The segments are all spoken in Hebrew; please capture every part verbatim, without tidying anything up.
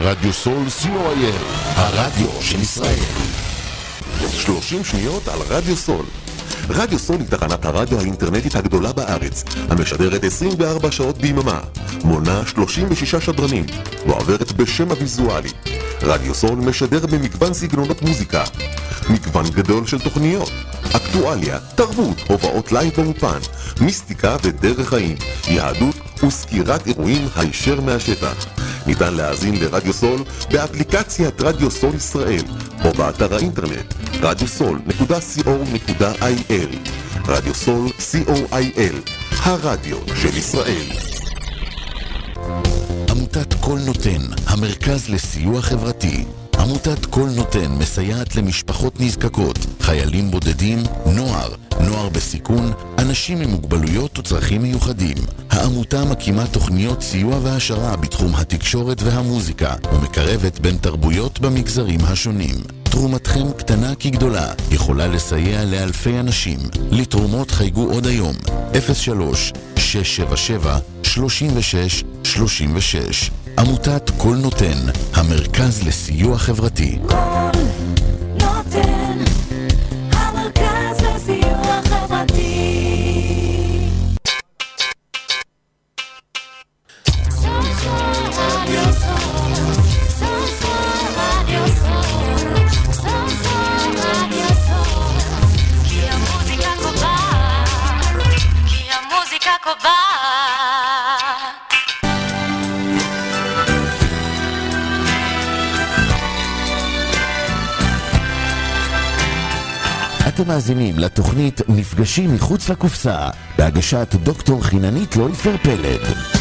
רדיו סול סי או איי אל, הרדיו של ישראל. שלושים שניות על רדיו סול. רדיו סול היא תחנת הרדיו האינטרנטית הגדולה בארץ, המשדרת עשרים וארבע שעות ביממה, מונה שלושים ושישה שדרנים, ועוברת בשם הוויזואלי. רדיו סול משדר במגוון סגנונות מוזיקה, מגוון גדול של תוכניות, אקטואליה, תרבות, הופעות לייב באופן, מיסטיקה ודרך חיים, יהדות וסקירת אירועים הישר מהשטח. ניתן להאזין לרדיו סול באפליקציית רדיו סול ישראל או באתר האינטרנט רדיו סול נקודה סי או נקודה איי אל. רדיו סול סי או איי אל, הרדיו של ישראל. עמותת כל נותן, המרכז לסיוע חברתי. עמותת כל נותן מסייעת למשפחות נזקקות, חיילים בודדים, נוער, נוער בסיכון, אנשים עם מוגבלויות וצרכים מיוחדים. העמותה מקימה תוכניות סיוע והשרה בתחום התקשורת והמוזיקה, ומקרבת בין תרבויות במגזרים השונים. תרומתכם קטנה כגדולה, יכולה לסייע לאלפי אנשים. לתרומות חייגו עוד היום, אפס שלוש שש שבע שבע שלושים ושש שלושים ושש. עמותת כל נותן, המרכז לסיוע חברתי. כל נותן, המרכז לסיוע חברתי. כי המוזיקה קובעת, כי המוזיקה קובעת. אתם מאזינים לתוכנית מפגשים מחוץ לקופסה, בהגשת דוקטור חיננית לויפר פלד.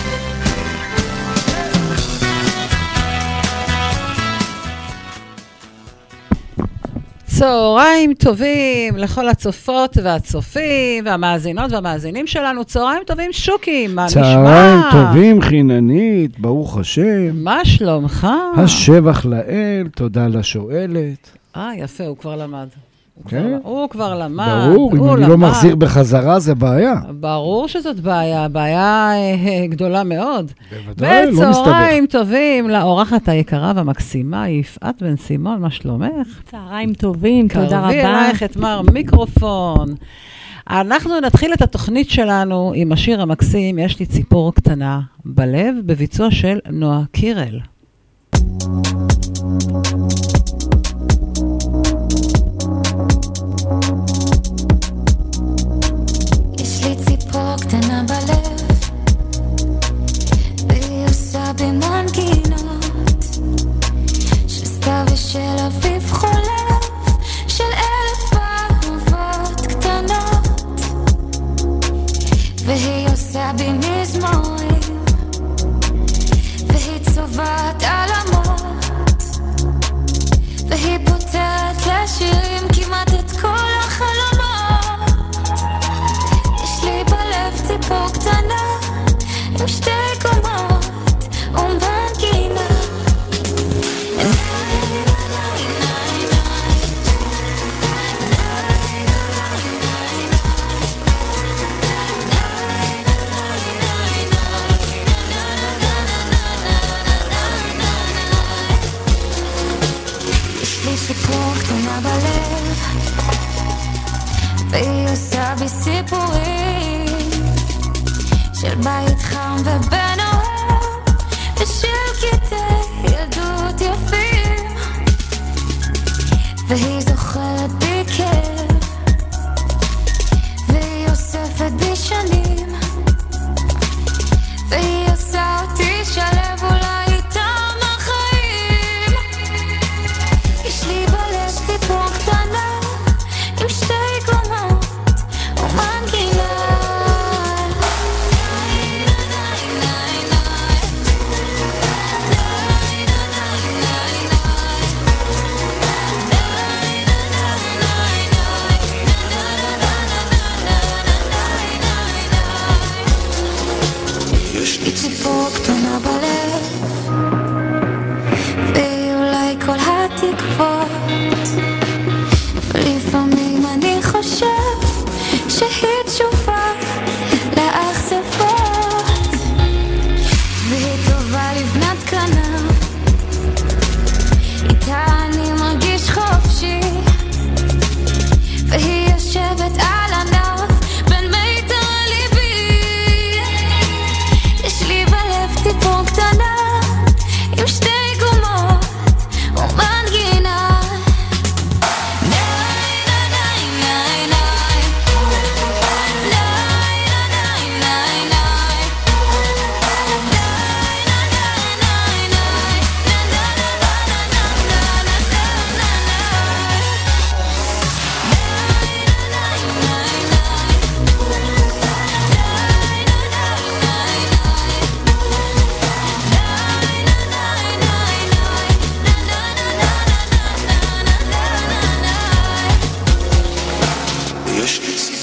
צהריים טובים לכל הצופות והצופים והמאזינות והמאזינים שלנו. צהריים טובים שוקי, מה נשמע? צהריים טובים חיננית, ברוך השם. מה שלומך? השבח לאל, תודה לשואלת. אה, יפה, הוא כבר למד. הוא, כן? כבר, הוא כבר למד. ברור, אם אני למד. לא מחזיר בחזרה זה בעיה. ברור שזאת בעיה, בעיה אה, גדולה מאוד. בוודאי, לא מסתבך. וצהריים טובים לאורחת היקרה והמקסימה, יפעת בן סימון, מה שלומך? צהריים טובים, תודה רבה. קרבי אלייך את מר מיקרופון. אנחנו נתחיל את התוכנית שלנו עם השיר המקסים, יש לי ציפור קטנה בלב, בביצוע של נועה קירל. יש לי ציפור קטנה בלב, והיא עושה במנגינות של סתיו ושל אביב חולף, של אלף אהובות קטנות, והיא עושה במזמורים, והיא צובעת על המות, והיא פותרת לשירים כמעט את כל החלומות. יש לי בלב ציפור קטנה עם שתי קומות ומנגינה. יש לי ציפור קטנה בלב, והיא עושה בי סיפורים של בית חם ובן אוהב, ושל קטעי ילדות יפים, והיא זוכרת בי כאב, והיא אוספת בי שנים, והיא עושה אותי שלב אולי איתם החיים. יש לי בלב ציפור קטנה עם שתי קומות ומנגינה. יש לי ציפור קטנה בלב, והיא אולי כל התקוות, ולפעמים אני חושב שהיא תשובה לאכזבות, והיא טובה לבנת כנף,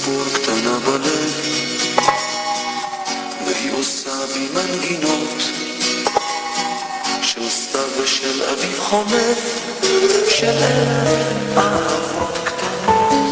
ציפור קטנה בלב, והיא עושה בי מנגינות של סתיו ושל אביב חולף, של אלף אהבות קטנות.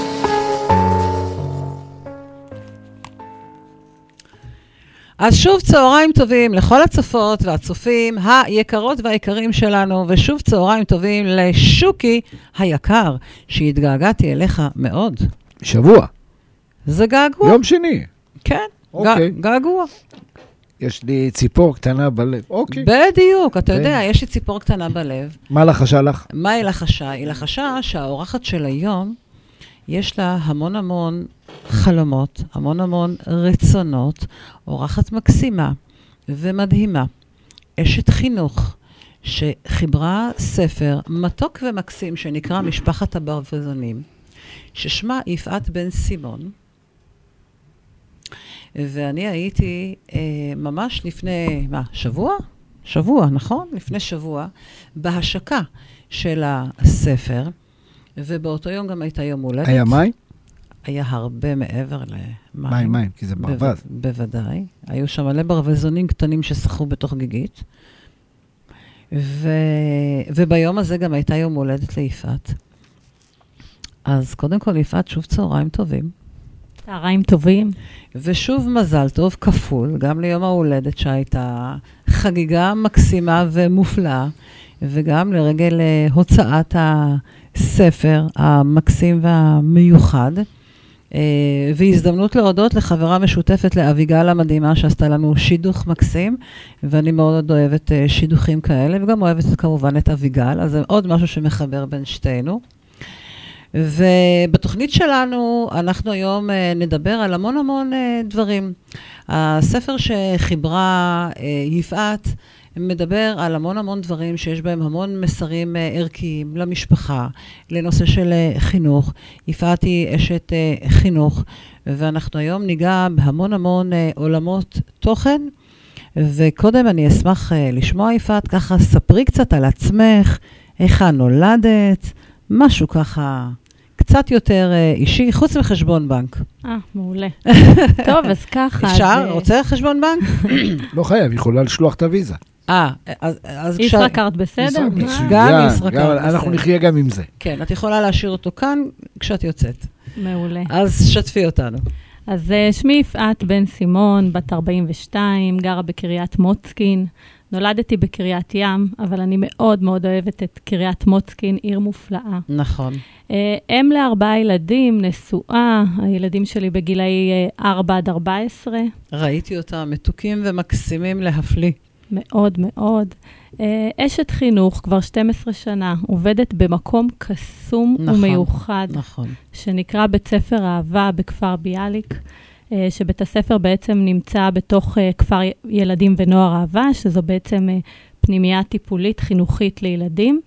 אז שוב צהריים טובים לכל הצופות והצופים היקרות והיקרים שלנו, ושוב צהריים טובים לשוקי היקר, שהתגעגעתי אליך מאוד. שבוע. זה געגוע. יום שני. כן, אוקיי. געגוע. יש לי ציפור קטנה בלב. אוקיי. בדיוק, אתה יודע, יש לי ציפור קטנה בלב. מה לחשה לך? מה היא לחשה? היא לחשה שהאורחת של היום, יש לה המון המון חלומות, המון המון רצונות, אורחת מקסימה ומדהימה. אשת חינוך שחיברה ספר מתוק ומקסים שנקרא משפחת הברווזונים, ששמה יפעת בן סימון. ואני הייתי אה, ממש לפני, מה, שבוע? שבוע, נכון? לפני שבוע, בהשקה של הספר, ובאותו יום גם הייתה יום הולדת. היה מים? היה הרבה מעבר למים. מים, מים, כי זה ברווז. בו, בוודאי. היו שם מלא ברווזונים קטנים ששחו בתוך גיגית. ו... וביום הזה גם הייתה יום הולדת ליפעת. אז קודם כל, יפעת, שוב צהריים טובים. צהריים טובים. ושוב מזל טוב כפול, גם ליום ההולדת שהייתה חגיגה מקסימה ומופלאה, וגם לרגל הוצאת הספר המקסים והמיוחד, והזדמנות להודות לחברה משותפת לאביגל המדהימה שעשתה לנו שידוך מקסים, ואני מאוד אוהבת שידוכים כאלה, וגם אוהבת כמובן את אביגל, אז זה עוד משהו שמחבר בין שתינו. ובתוכנית שלנו אנחנו היום נדבר על המון המון דברים. הספר שחיברה יפעת מדבר על המון המון דברים שיש בהם המון מסרים ערכיים למשפחה, לנושא של חינוך. יפעת היא אשת חינוך, ואנחנו היום ניגע בהמון המון עולמות תוכן. וקודם אני אשמח לשמוע, יפעת, ככה ספרי קצת על עצמך, איך נולדת, משהו ככה קצת יותר אישי, חוץ מחשבון בנק. אה, מעולה. טוב, אז ככה. אפשר? אז... רוצה חשבון בנק? לא חייב, יכולה לשלוח את הוויזה. אה, אז... אז ישראכרט בסדר? גם ישראכרט. אנחנו נחיה גם עם זה. כן, את יכולה להשאיר אותו כאן כשאת יוצאת. מעולה. אז שתפי אותנו. אז שמי יפעת בן סימון, בת ארבעים ושתיים, גרה בקריית מוצקין. נולדתי בקריית ים, אבל אני מאוד מאוד אוהבת את קריית מוצקין, עיר מופלאה. נכון. אם לארבעה ילדים, נשואה, הילדים שלי בגילאי ארבע עד ארבע עשרה. ראיתי אותם מתוקים ומקסימים להפליא. מאוד מאוד. אשת חינוך, כבר שתים עשרה שנה, עובדת במקום קסום נכון, ומיוחד, נכון. שנקרא בית ספר אהבה בכפר ביאליק. שבית הספר בעצם נמצא בתוך כפר ילדים ונוער אהבה, שזו בעצם פנימייה טיפולית חינוכית לילדים.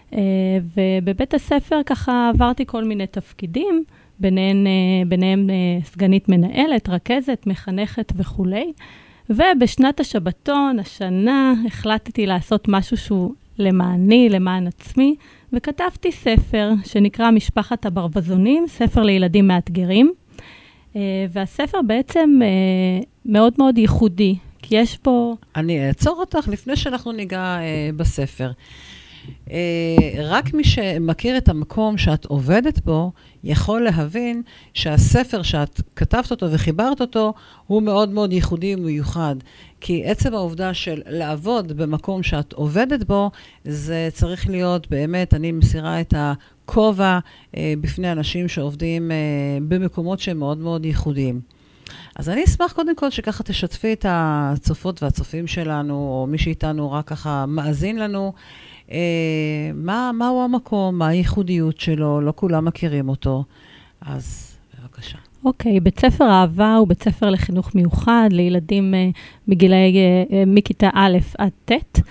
ובבית הספר ככה עברתי כל מיני תפקידים, ביניהם, ביניהם סגנית מנהלת, רכזת, מחנכת וכו'. ובשנת השבתון, השנה, החלטתי לעשות משהו שהוא למעני, למען עצמי, וכתבתי ספר שנקרא משפחת הברווזונים, ספר לילדים מאתגרים. Uh, והספר בעצם uh, מאוד מאוד ייחודי, כי יש פה... אני אעצור אותך לפני שאנחנו ניגע uh, בספר. Uh, רק מי שמכיר את המקום שאת עובדת בו, יכול להבין שהספר שאת כתבת אותו וחיברת אותו, הוא מאוד מאוד ייחודי ומיוחד. כי עצם העובדה של לעבוד במקום שאת עובדת בו, זה צריך להיות באמת, אני מסירה את ה... כובע אה, בפני אנשים שעובדים אה, במקומות שהם מאוד מאוד ייחודיים. אז אני אשמח קודם כל שככה תשתפי את הצופות והצופים שלנו, או מי שאיתנו רק ככה מאזין לנו, אה, מה, מהו המקום, מה הייחודיות שלו, לא כולם מכירים אותו. אז בבקשה. אוקיי, okay, בית ספר אהבה הוא בית ספר לחינוך מיוחד, לילדים uh, מגילאי, uh, מכיתה א' עד ט',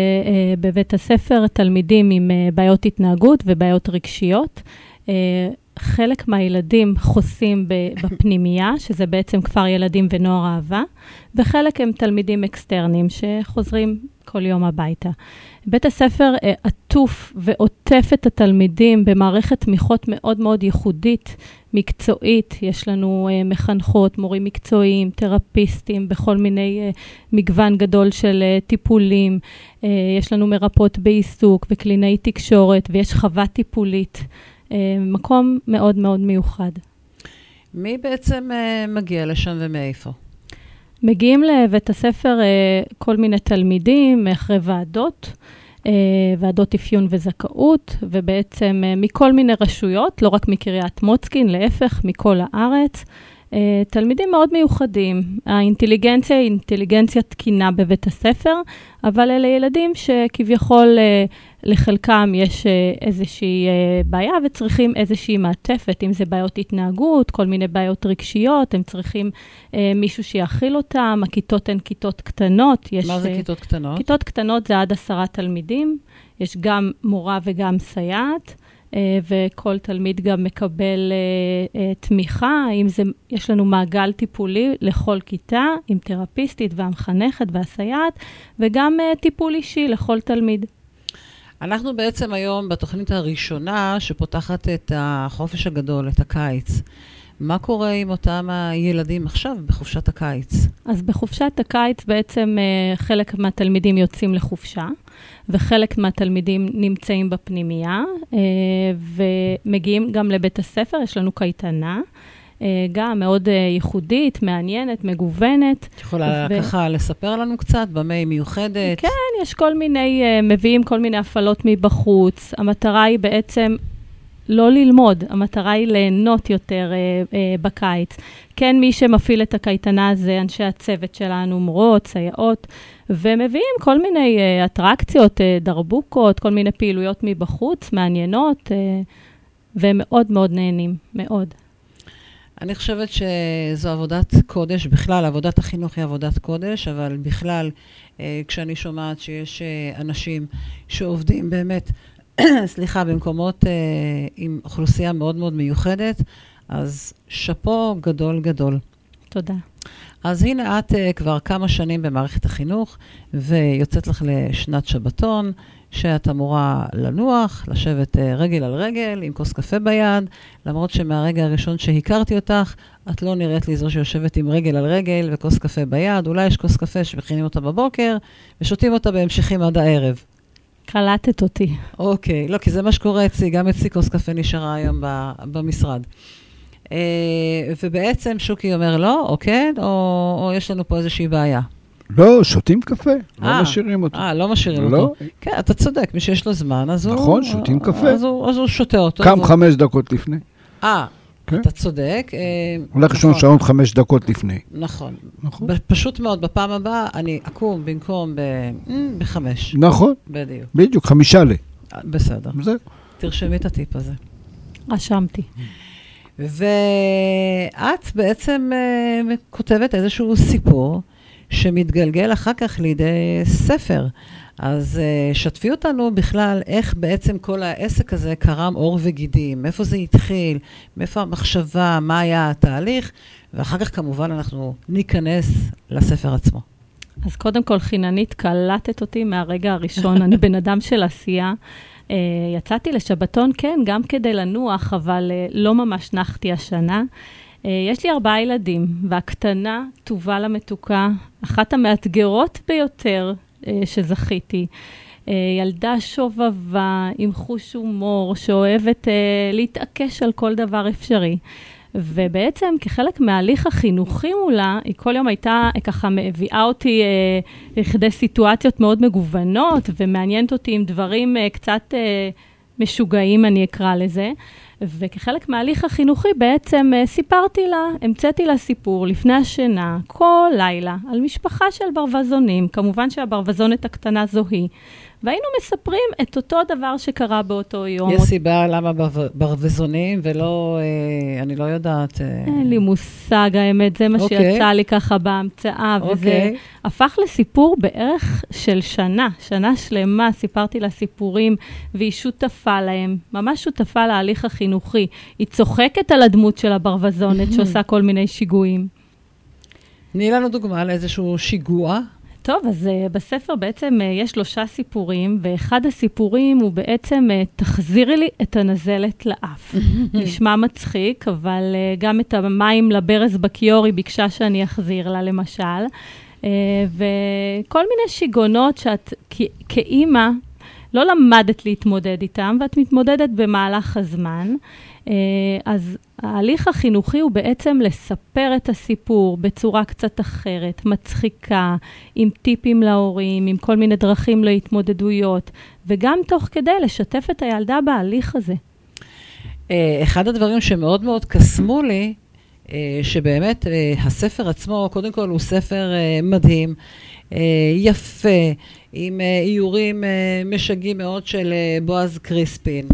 ובבית uh, הספר תלמידים עם uh, בעיות התנהגות ובעיות רגשיות. Uh, חלק מהילדים חוסים בפנימייה, שזה בעצם כפר ילדים ונוער אהבה, וחלק הם תלמידים אקסטרנים שחוזרים כל יום הביתה. בית הספר עטוף ועוטף את התלמידים במערכת תמיכות מאוד מאוד ייחודית, מקצועית. יש לנו uh, מחנכות, מורים מקצועיים, תרפיסטים, בכל מיני uh, מגוון גדול של uh, טיפולים. Uh, יש לנו מרפאות בעיסוק וקלינאי תקשורת, ויש חווה טיפולית. Uh, מקום מאוד מאוד מיוחד. מי בעצם uh, מגיע לשם ומאיפה? מגיעים לבית הספר uh, כל מיני תלמידים אחרי ועדות, uh, ועדות אפיון וזכאות, ובעצם uh, מכל מיני רשויות, לא רק מקריית מוצקין, להפך, מכל הארץ. Uh, תלמידים מאוד מיוחדים. האינטליגנציה היא אינטליגנציה תקינה בבית הספר, אבל אלה ילדים שכביכול uh, לחלקם יש uh, איזושהי uh, בעיה וצריכים איזושהי מעטפת, אם זה בעיות התנהגות, כל מיני בעיות רגשיות, הם צריכים uh, מישהו שיאכיל אותם, הכיתות הן כיתות קטנות. יש, מה זה uh, כיתות קטנות? כיתות קטנות זה עד עשרה תלמידים, יש גם מורה וגם סייעת, וכל תלמיד גם מקבל uh, uh, תמיכה, אם זה, יש לנו מעגל טיפולי לכל כיתה, עם תרפיסטית והמחנכת והסייעת, וגם uh, טיפול אישי לכל תלמיד. אנחנו בעצם היום בתוכנית הראשונה שפותחת את החופש הגדול, את הקיץ. מה קורה עם אותם הילדים עכשיו בחופשת הקיץ? אז בחופשת הקיץ בעצם uh, חלק מהתלמידים יוצאים לחופשה, וחלק מהתלמידים נמצאים בפנימייה, uh, ומגיעים גם לבית הספר, יש לנו קייטנה, uh, גם מאוד uh, ייחודית, מעניינת, מגוונת. את יכולה ו... ככה לספר לנו קצת, במה היא מיוחדת? כן, יש כל מיני, uh, מביאים כל מיני הפעלות מבחוץ. המטרה היא בעצם לא ללמוד, המטרה היא ליהנות יותר אה, אה, בקיץ. כן, מי שמפעיל את הקייטנה זה אנשי הצוות שלנו, מורות, סייעות, ומביאים כל מיני אה, אטרקציות, אה, דרבוקות, כל מיני פעילויות מבחוץ, מעניינות, אה, והם מאוד מאוד נהנים, מאוד. אני חושבת שזו עבודת קודש, בכלל, עבודת החינוך היא עבודת קודש, אבל בכלל, אה, כשאני שומעת שיש אה, אנשים שעובדים באמת, סליחה, במקומות אה, עם אוכלוסייה מאוד מאוד מיוחדת, אז שפו גדול גדול. תודה. אז הנה את אה, כבר כמה שנים במערכת החינוך, ויוצאת לך לשנת שבתון, שאת אמורה לנוח, לשבת אה, רגל על רגל, עם כוס קפה ביד, למרות שמהרגע הראשון שהכרתי אותך, את לא נראית לי זו שיושבת עם רגל על רגל וכוס קפה ביד, אולי יש כוס קפה שמכינים אותה בבוקר, ושותים אותה בהמשכים עד הערב. קלטת אותי. אוקיי, לא, כי זה מה שקורה אצלי, גם אצלי כוס קפה נשארה היום במשרד. ובעצם שוקי אומר לא, או כן, או יש לנו פה איזושהי בעיה. לא, שותים קפה, לא משאירים אותו. אה, לא משאירים אותו. כן, אתה צודק, מי שיש לו זמן, אז הוא... נכון, שותים קפה. אז הוא שותה אותו. קם חמש דקות לפני. אה, אתה צודק. הולך ראשון שעון חמש דקות לפני. נכון. פשוט מאוד, בפעם הבאה אני אקום במקום בחמש. נכון. בדיוק. בדיוק, חמישה ל. בסדר. זהו. תרשמי את הטיפ הזה. רשמתי. ואת בעצם כותבת איזשהו סיפור שמתגלגל אחר כך לידי ספר. אז uh, שתפי אותנו בכלל איך בעצם כל העסק הזה קרם עור וגידים, מאיפה זה התחיל, מאיפה המחשבה, מה היה התהליך, ואחר כך כמובן אנחנו ניכנס לספר עצמו. אז קודם כל חיננית, קלטת אותי מהרגע הראשון, אני בן אדם של עשייה. Uh, יצאתי לשבתון, כן, גם כדי לנוח, אבל uh, לא ממש נחתי השנה. Uh, יש לי ארבעה ילדים, והקטנה, טובה למתוקה, אחת המאתגרות ביותר, שזכיתי. ילדה שובבה, עם חוש הומור, שאוהבת להתעקש על כל דבר אפשרי. ובעצם כחלק מההליך החינוכי מולה, היא כל יום הייתה ככה מביאה אותי לכדי סיטואציות מאוד מגוונות, ומעניינת אותי עם דברים קצת משוגעים, אני אקרא לזה. וכחלק מההליך החינוכי בעצם סיפרתי לה, המצאתי לה סיפור לפני השינה, כל לילה, על משפחה של ברווזונים. כמובן שהברווזונת הקטנה זו היא. והיינו מספרים את אותו דבר שקרה באותו יום. יש סיבה למה ברווזונים ולא, אה, אני לא יודעת. אה... אין לי מושג, האמת, זה מה אוקיי. שיצא לי ככה בהמצאה, וזה אוקיי. הפך לסיפור בערך של שנה, שנה שלמה, סיפרתי לה סיפורים, והיא שותפה להם, ממש שותפה להליך החינוכי. היא צוחקת על הדמות של הברווזונת, שעושה כל מיני שיגועים. תני לנו דוגמה לאיזשהו שיגוע. טוב, אז uh, בספר בעצם uh, יש שלושה סיפורים, ואחד הסיפורים הוא בעצם uh, תחזירי לי את הנזלת לאף. נשמע מצחיק, אבל uh, גם את המים לברז בקיורי ביקשה שאני אחזיר לה למשל. Uh, וכל מיני שיגונות שאת כ- כאימא לא למדת להתמודד איתם, ואת מתמודדת במהלך הזמן. Uh, אז ההליך החינוכי הוא בעצם לספר את הסיפור בצורה קצת אחרת, מצחיקה, עם טיפים להורים, עם כל מיני דרכים להתמודדויות, וגם תוך כדי לשתף את הילדה בהליך הזה. אחד הדברים שמאוד מאוד קסמו לי, שבאמת הספר עצמו, קודם כל הוא ספר מדהים, יפה, עם איורים משגעים מאוד של בועז קריספין,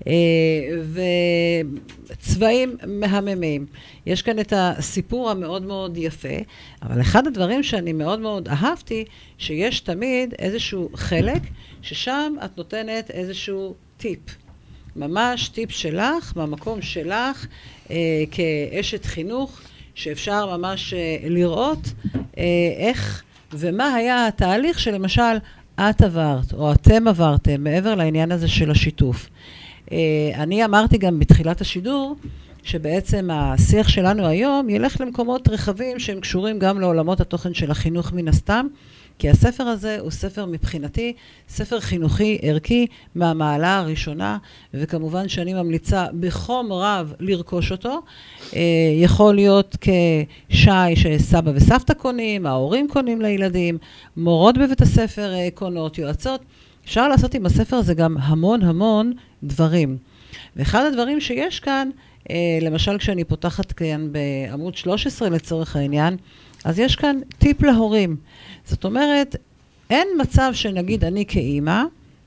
וצבעים מהממים. יש כאן את הסיפור המאוד מאוד יפה, אבל אחד הדברים שאני מאוד מאוד אהבתי, שיש תמיד איזשהו חלק, ששם את נותנת איזשהו טיפ. ממש טיפ שלך, מהמקום שלך, אה, כאשת חינוך, שאפשר ממש אה, לראות אה, איך ומה היה התהליך שלמשל את עברת, או אתם עברתם, מעבר לעניין הזה של השיתוף. אה, אני אמרתי גם בתחילת השידור, שבעצם השיח שלנו היום ילך למקומות רחבים שהם קשורים גם לעולמות התוכן של החינוך מן הסתם, כי הספר הזה הוא ספר מבחינתי, ספר חינוכי ערכי מהמעלה הראשונה, וכמובן שאני ממליצה בחום רב לרכוש אותו. יכול להיות כשי שסבא וסבתא קונים, ההורים קונים לילדים, מורות בבית הספר קונות, יועצות. אפשר לעשות עם הספר הזה גם המון המון דברים. ואחד הדברים שיש כאן, למשל כשאני פותחת כאן בעמוד שלוש עשרה לצורך העניין, אז יש כאן טיפ להורים. זאת אומרת, אין מצב שנגיד אני כאימא,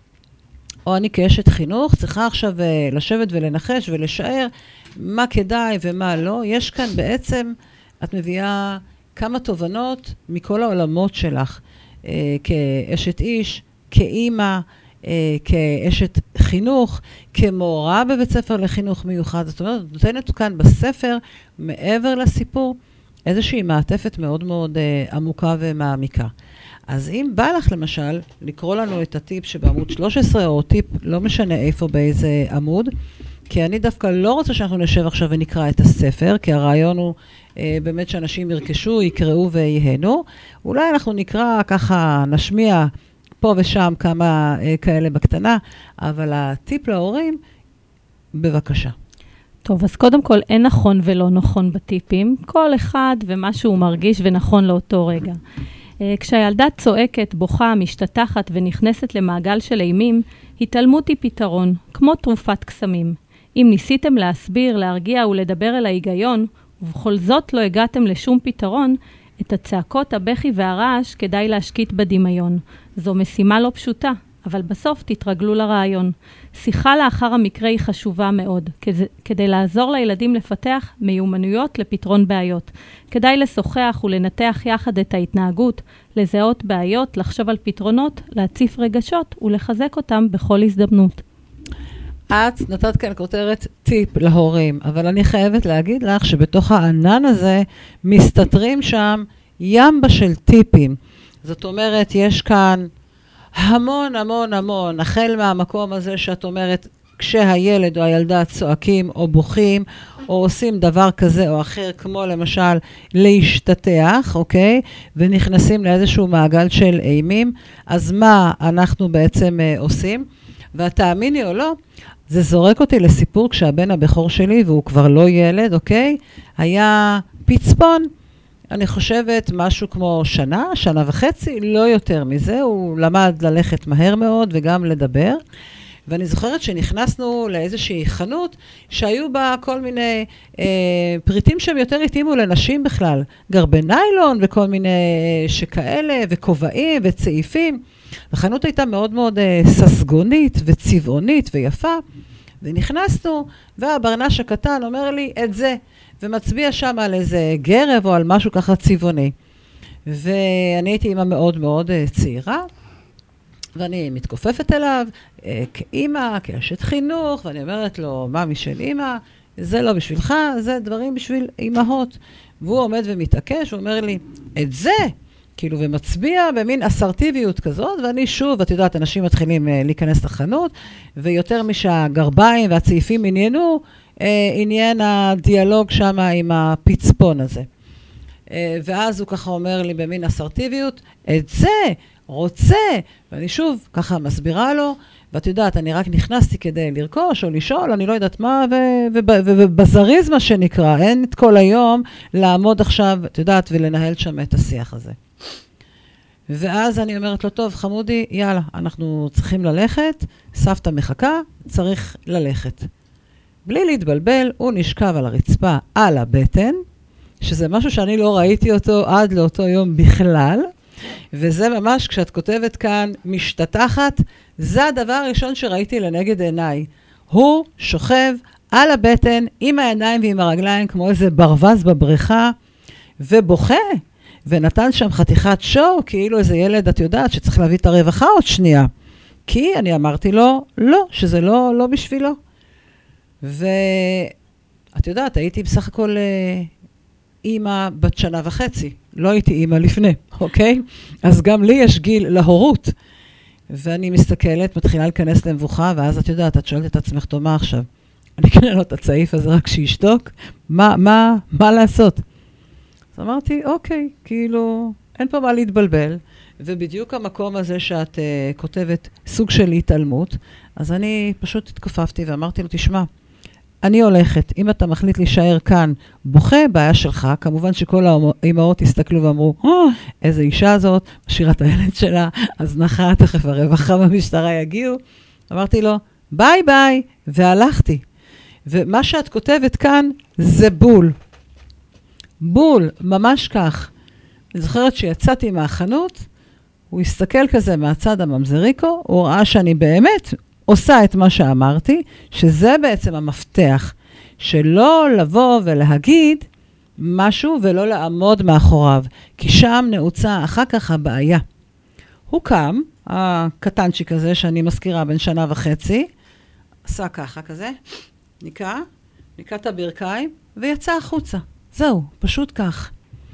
או אני כאשת חינוך, צריכה עכשיו לשבת ולנחש ולשער מה כדאי ומה לא. יש כאן בעצם, את מביאה כמה תובנות מכל העולמות שלך, אה, כאשת איש, כאימא, אה, כאשת חינוך, כמורה בבית ספר לחינוך מיוחד. זאת אומרת, נותנת כאן בספר, מעבר לסיפור, איזושהי מעטפת מאוד מאוד uh, עמוקה ומעמיקה. אז אם בא לך למשל לקרוא לנו את הטיפ שבעמוד שלוש עשרה, או טיפ לא משנה איפה באיזה עמוד, כי אני דווקא לא רוצה שאנחנו נשב עכשיו ונקרא את הספר, כי הרעיון הוא uh, באמת שאנשים ירכשו, יקראו ויהנו. אולי אנחנו נקרא ככה, נשמיע פה ושם כמה uh, כאלה בקטנה, אבל הטיפ להורים, בבקשה. טוב, אז קודם כל אין נכון ולא נכון בטיפים. כל אחד ומה שהוא מרגיש ונכון לאותו רגע. כשהילדה צועקת, בוכה, משתתחת ונכנסת למעגל של אימים, התעלמות היא פתרון, כמו תרופת קסמים. אם ניסיתם להסביר, להרגיע ולדבר אל ההיגיון, ובכל זאת לא הגעתם לשום פתרון, את הצעקות, הבכי והרעש כדאי להשקיט בדמיון. זו משימה לא פשוטה. אבל בסוף תתרגלו לרעיון. שיחה לאחר המקרה היא חשובה מאוד, כדי, כדי לעזור לילדים לפתח מיומנויות לפתרון בעיות. כדאי לשוחח ולנתח יחד את ההתנהגות, לזהות בעיות, לחשוב על פתרונות, להציף רגשות ולחזק אותם בכל הזדמנות. את נתת כאן כותרת טיפ להורים, אבל אני חייבת להגיד לך שבתוך הענן הזה מסתתרים שם ימבה של טיפים. זאת אומרת, יש כאן המון המון המון, החל מהמקום הזה שאת אומרת, כשהילד או הילדה צועקים או בוכים, או עושים דבר כזה או אחר, כמו למשל להשתתח, אוקיי? ונכנסים לאיזשהו מעגל של אימים, אז מה אנחנו בעצם אה, עושים? והתאמיני או לא, זה זורק אותי לסיפור כשהבן הבכור שלי, והוא כבר לא ילד, אוקיי? היה פצפון, אני חושבת משהו כמו שנה, שנה וחצי, לא יותר מזה. הוא למד ללכת מהר מאוד וגם לדבר. ואני זוכרת שנכנסנו לאיזושהי חנות שהיו בה כל מיני אה, פריטים שהם יותר התאימו לנשים בכלל. גרבי ניילון וכל מיני שכאלה, וכובעים וצעיפים. החנות הייתה מאוד מאוד uh, ססגונית וצבעונית ויפה, ונכנסנו, והברנש הקטן אומר לי את זה, ומצביע שם על איזה גרב או על משהו ככה צבעוני. ואני הייתי אימא מאוד מאוד uh, צעירה, ואני מתכופפת אליו uh, כאימא, כאשת חינוך, ואני אומרת לו, ממי של אימא, זה לא בשבילך, זה דברים בשביל אימהות. והוא עומד ומתעקש, הוא אומר לי, את זה, כאילו, ומצביע במין אסרטיביות כזאת, ואני שוב, את יודעת, אנשים מתחילים uh, להיכנס לחנות, ויותר משהגרביים והצעיפים עניינו, uh, עניין הדיאלוג שם עם הפיצפון הזה. Uh, ואז הוא ככה אומר לי במין אסרטיביות, את זה רוצה, ואני שוב ככה מסבירה לו, ואת יודעת, אני רק נכנסתי כדי לרכוש או לשאול, אני לא יודעת מה, ובזריז מה שנקרא, אין את כל היום לעמוד עכשיו, את יודעת, ולנהל שם את השיח הזה. ואז אני אומרת לו, טוב, חמודי, יאללה, אנחנו צריכים ללכת, סבתא מחכה, צריך ללכת. בלי להתבלבל, הוא נשכב על הרצפה, על הבטן, שזה משהו שאני לא ראיתי אותו עד לאותו יום בכלל, וזה ממש, כשאת כותבת כאן, משתתחת, זה הדבר הראשון שראיתי לנגד עיניי. הוא שוכב על הבטן, עם העיניים ועם הרגליים, כמו איזה ברווז בבריכה, ובוכה, ונתן שם חתיכת שואו, כאילו איזה ילד, את יודעת, שצריך להביא את הרווחה עוד שנייה. כי אני אמרתי לו, לא, שזה לא, לא בשבילו. ואת יודעת, הייתי בסך הכל אה, אימא בת שנה וחצי. לא הייתי אימא לפני, אוקיי? אז גם לי יש גיל להורות. ואני מסתכלת, מתחילה להיכנס למבוכה, ואז את יודעת, את שואלת את עצמך, טוב, מה עכשיו? אני אקנה לו את הצעיף הזה רק שישתוק, מה, מה, מה לעשות? אז אמרתי, אוקיי, כאילו, אין פה מה להתבלבל, ובדיוק המקום הזה שאת uh, כותבת סוג של התעלמות, אז אני פשוט התכופפתי ואמרתי לו, תשמע, אני הולכת, אם אתה מחליט להישאר כאן, בוכה, בעיה שלך, כמובן שכל האימהות הסתכלו ואמרו, oh, איזה אישה הזאת, משאירה את הילד שלה, אז נחה, תכף הרווחה במשטרה יגיעו. אמרתי לו, ביי ביי, והלכתי. ומה שאת כותבת כאן, זה בול. בול, ממש כך. אני זוכרת שיצאתי מהחנות, הוא הסתכל כזה מהצד הממזריקו, הוא ראה שאני באמת עושה את מה שאמרתי, שזה בעצם המפתח, שלא לבוא ולהגיד משהו ולא לעמוד מאחוריו, כי שם נעוצה אחר כך הבעיה. הוא קם, הקטנצ'יק הזה שאני מזכירה בין שנה וחצי, עשה ככה כזה, ניקה, ניקה את הברכיים ויצא החוצה. זהו, פשוט כך.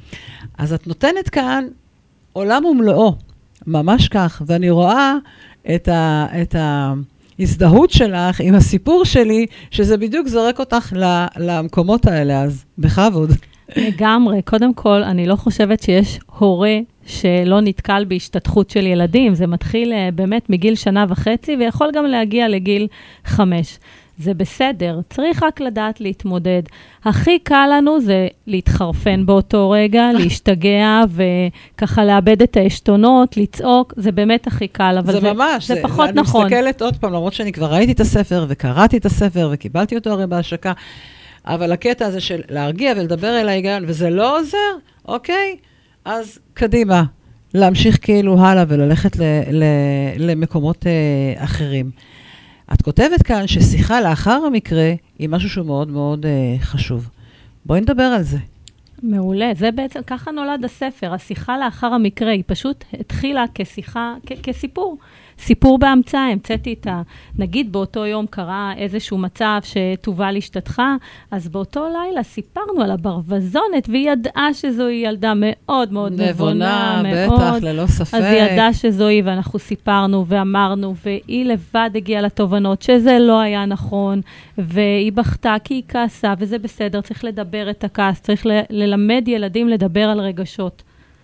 אז את נותנת כאן עולם ומלואו, ממש כך, ואני רואה את ה... את ה הזדהות שלך עם הסיפור שלי, שזה בדיוק זורק אותך למקומות האלה, אז בכבוד. לגמרי. קודם כל, אני לא חושבת שיש הורה שלא נתקל בהשתתחות של ילדים. זה מתחיל באמת מגיל שנה וחצי, ויכול גם להגיע לגיל חמש. זה בסדר, צריך רק לדעת להתמודד. הכי קל לנו זה להתחרפן באותו רגע, להשתגע וככה לאבד את העשתונות, לצעוק, זה באמת הכי קל, אבל זה, זה, ממש, זה, זה פחות אני נכון. אני מסתכלת עוד פעם, למרות שאני כבר ראיתי את הספר וקראתי את הספר וקיבלתי אותו הרי בהשקה, אבל הקטע הזה של להרגיע ולדבר אל ההיגיון, וזה לא עוזר, אוקיי? אז קדימה, להמשיך כאילו הלאה וללכת ל, ל, למקומות אה, אחרים. את כותבת כאן ששיחה לאחר המקרה היא משהו שהוא מאוד מאוד uh, חשוב. בואי נדבר על זה. מעולה. זה בעצם, ככה נולד הספר. השיחה לאחר המקרה היא פשוט התחילה כשיחה, כ- כסיפור. סיפור בהמצאה, המצאתי את ה... נגיד באותו יום קרה איזשהו מצב שטובה לשתתך, אז באותו לילה סיפרנו על הברווזונת, והיא ידעה שזוהי ילדה מאוד מאוד נבונה, נבונה, מאוד. בטח, ללא ספק. אז היא ידעה שזוהי, ואנחנו סיפרנו ואמרנו, והיא לבד הגיעה לתובנות שזה לא היה נכון, והיא בכתה כי היא כעסה, וזה בסדר, צריך לדבר את הכעס, צריך ל- ללמד ילדים לדבר על רגשות.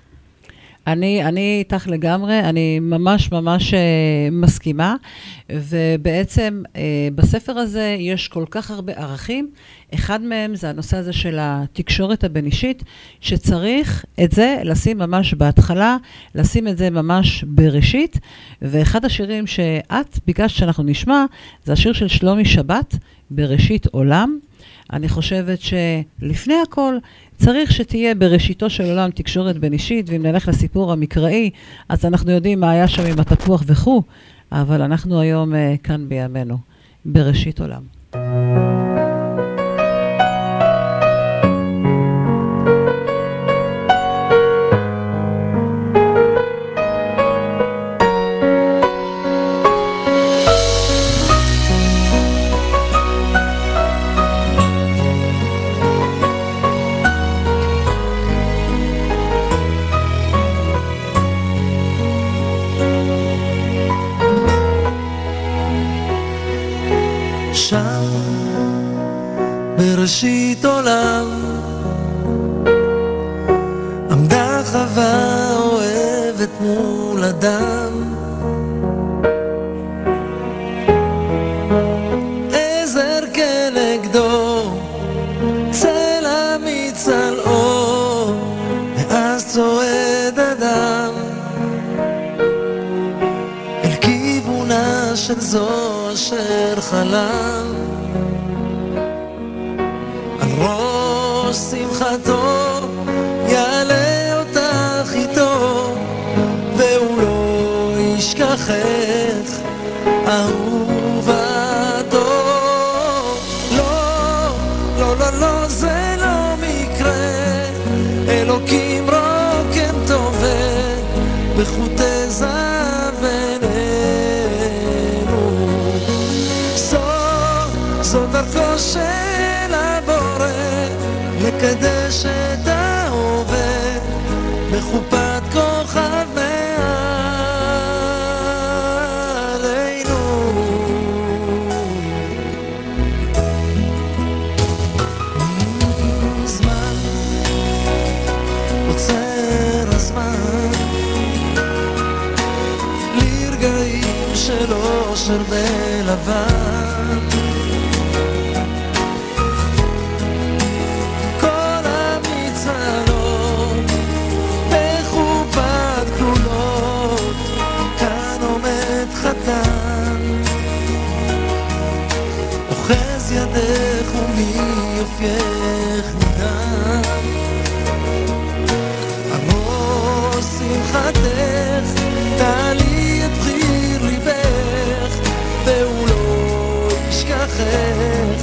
אני, אני איתך לגמרי, אני ממש ממש uh, מסכימה, ובעצם uh, בספר הזה יש כל כך הרבה ערכים, אחד מהם זה הנושא הזה של התקשורת הבין-אישית, שצריך את זה לשים ממש בהתחלה, לשים את זה ממש בראשית, ואחד השירים שאת ביקשת שאנחנו נשמע, זה השיר של שלומי שבת, בראשית עולם. אני חושבת שלפני הכל צריך שתהיה בראשיתו של עולם תקשורת בין אישית, ואם נלך לסיפור המקראי, אז אנחנו יודעים מה היה שם עם התפוח וכו', אבל אנחנו היום uh, כאן בימינו, בראשית עולם. בראשית עולם עמדה חווה אוהבת מול אדם, עזר כנגדו צל אמיץ על אור, ואז צועד אדם אל כיוונה של זו אשר חלם. ראש שמחתו יעלה אותך איתו, והוא לא ישכחך אהובתו. לא, לא, לא, לא, זה לא מקרה, אלוקים רוקם טובה בחוטי זהב בינינו. זו, זו דרכו של לקדש את ההווה בחופת כוכב מעלינו. זמן עוצר הזמן לרגעים של אושר בלבן, אוחז ידך ומיופייך נדם, עמוס שמחתך תעלי את בחיר ליבך, והוא לא ישכחך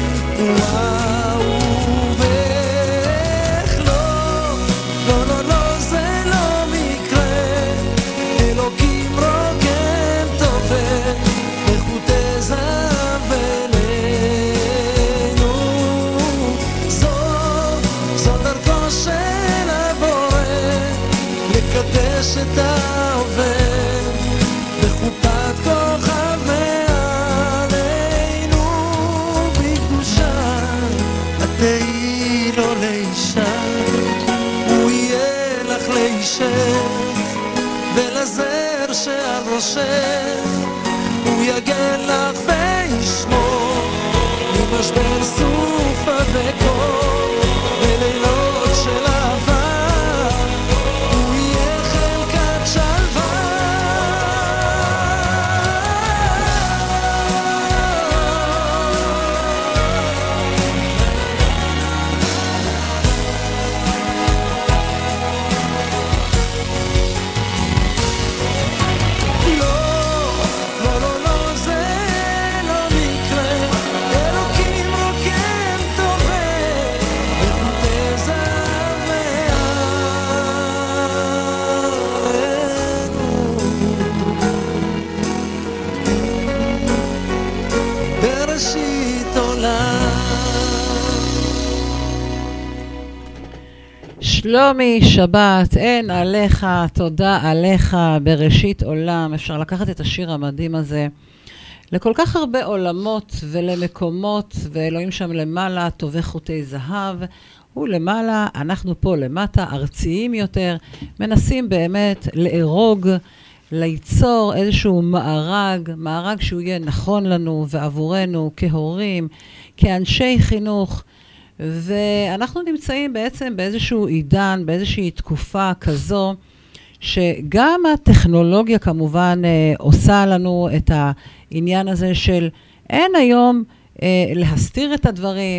ואהובך. לא, לא, לא, לא, זה לא מקרה, אלוקים רוקם טובה בחוטי זהב בינינו. זו, זו דרכו של הבורא לקדש את ההווה בחופת כוכב מעלינו. בקדושה את תהיי לו לאישה, הוא יהיה לך לאישך, ולזר שעל ראשך הוא יגן לך וישמור ממשבר סופה וקור בלילות של אהבה, הוא יהיה חלקת שלווה. שלומי שבת, אין עליך, תודה עליך, בראשית עולם. אפשר לקחת את השיר המדהים הזה לכל כך הרבה עולמות ולמקומות, ואלוהים שם למעלה, טובי חוטי זהב, הוא למעלה, אנחנו פה למטה, ארציים יותר, מנסים באמת לארוג, ליצור איזשהו מארג, מארג שהוא יהיה נכון לנו ועבורנו כהורים, כאנשי חינוך, ואנחנו נמצאים בעצם באיזשהו עידן, באיזושהי תקופה כזו, שגם הטכנולוגיה כמובן אה, עושה לנו את העניין הזה של אין היום אה, להסתיר את הדברים,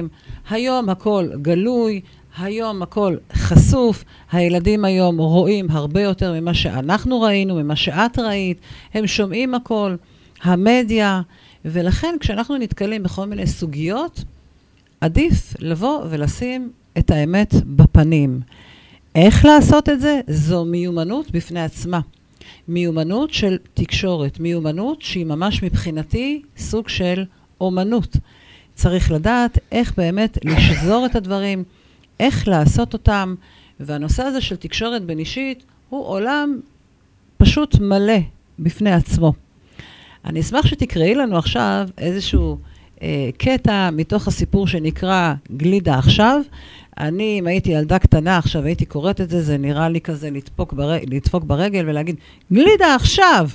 היום הכל גלוי, היום הכל חשוף, הילדים היום רואים הרבה יותר ממה שאנחנו ראינו, ממה שאת ראית, הם שומעים הכל, המדיה, ולכן כשאנחנו נתקלים בכל מיני סוגיות, עדיף לבוא ולשים את האמת בפנים. איך לעשות את זה? זו מיומנות בפני עצמה. מיומנות של תקשורת, מיומנות שהיא ממש מבחינתי סוג של אומנות. צריך לדעת איך באמת לשזור את הדברים, איך לעשות אותם, והנושא הזה של תקשורת בין אישית הוא עולם פשוט מלא בפני עצמו. אני אשמח שתקראי לנו עכשיו איזשהו אה, קטע מתוך הסיפור שנקרא גלידה עכשיו. אני, אם הייתי ילדה קטנה עכשיו, הייתי קוראת את זה, זה נראה לי כזה לדפוק, ברג, לדפוק ברגל ולהגיד, גלידה עכשיו!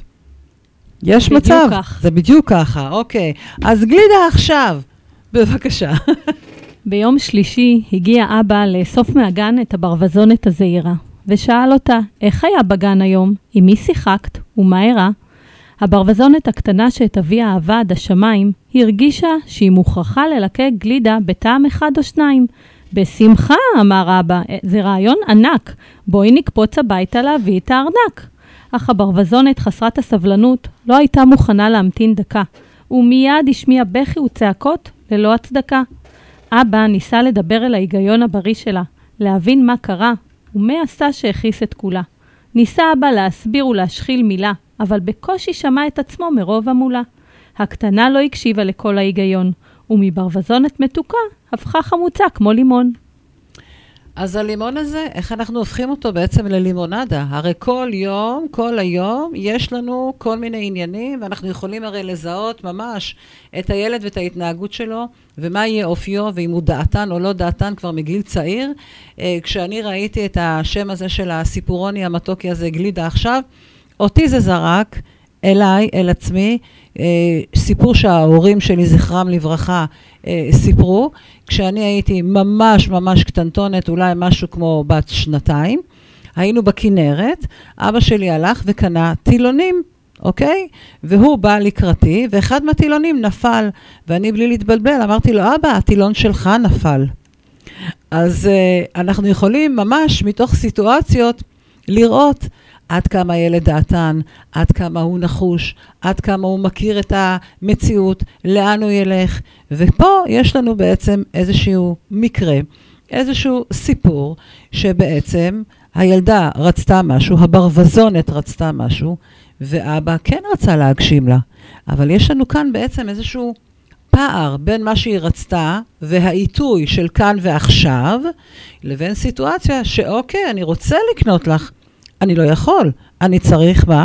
יש מצב? כך. זה בדיוק ככה, אוקיי. אז גלידה עכשיו! בבקשה. ביום שלישי הגיע אבא לאסוף מהגן את הברווזונת הזעירה, ושאל אותה, איך היה בגן היום? עם מי שיחקת? ומה הראה? הברווזונת הקטנה שאת אביה אהבה עד השמיים, הרגישה שהיא מוכרחה ללקק גלידה בטעם אחד או שניים. בשמחה, אמר אבא, זה רעיון ענק, בואי נקפוץ הביתה להביא את הארנק. אך הברווזונת חסרת הסבלנות לא הייתה מוכנה להמתין דקה, ומיד השמיע בכי וצעקות ללא הצדקה. אבא ניסה לדבר אל ההיגיון הבריא שלה, להבין מה קרה, ומה עשה שהכיס את כולה. ניסה אבא להסביר ולהשחיל מילה, אבל בקושי שמע את עצמו מרוב המולה. הקטנה לא הקשיבה לכל ההיגיון, ומברווזונת מתוקה הפכה חמוצה כמו לימון. אז הלימון הזה, איך אנחנו הופכים אותו בעצם ללימונדה? הרי כל יום, כל היום, יש לנו כל מיני עניינים, ואנחנו יכולים הרי לזהות ממש את הילד ואת ההתנהגות שלו, ומה יהיה אופיו, ואם הוא דעתן או לא דעתן כבר מגיל צעיר. כשאני ראיתי את השם הזה של הסיפורוני המתוקי הזה, גלידה עכשיו, אותי זה זרק אליי, אל עצמי, סיפור שההורים שלי, זכרם לברכה, סיפרו, כשאני הייתי ממש ממש קטנטונת, אולי משהו כמו בת שנתיים, היינו בכנרת, אבא שלי הלך וקנה טילונים, אוקיי? והוא בא לקראתי, ואחד מהטילונים נפל, ואני בלי להתבלבל, אמרתי לו, אבא, הטילון שלך נפל. אז אנחנו יכולים ממש מתוך סיטואציות לראות עד כמה ילד דעתן, עד כמה הוא נחוש, עד כמה הוא מכיר את המציאות, לאן הוא ילך. ופה יש לנו בעצם איזשהו מקרה, איזשהו סיפור, שבעצם הילדה רצתה משהו, הברווזונת רצתה משהו, ואבא כן רצה להגשים לה. אבל יש לנו כאן בעצם איזשהו פער בין מה שהיא רצתה, והעיתוי של כאן ועכשיו, לבין סיטואציה שאוקיי, אני רוצה לקנות לך, אני לא יכול, אני צריך מה?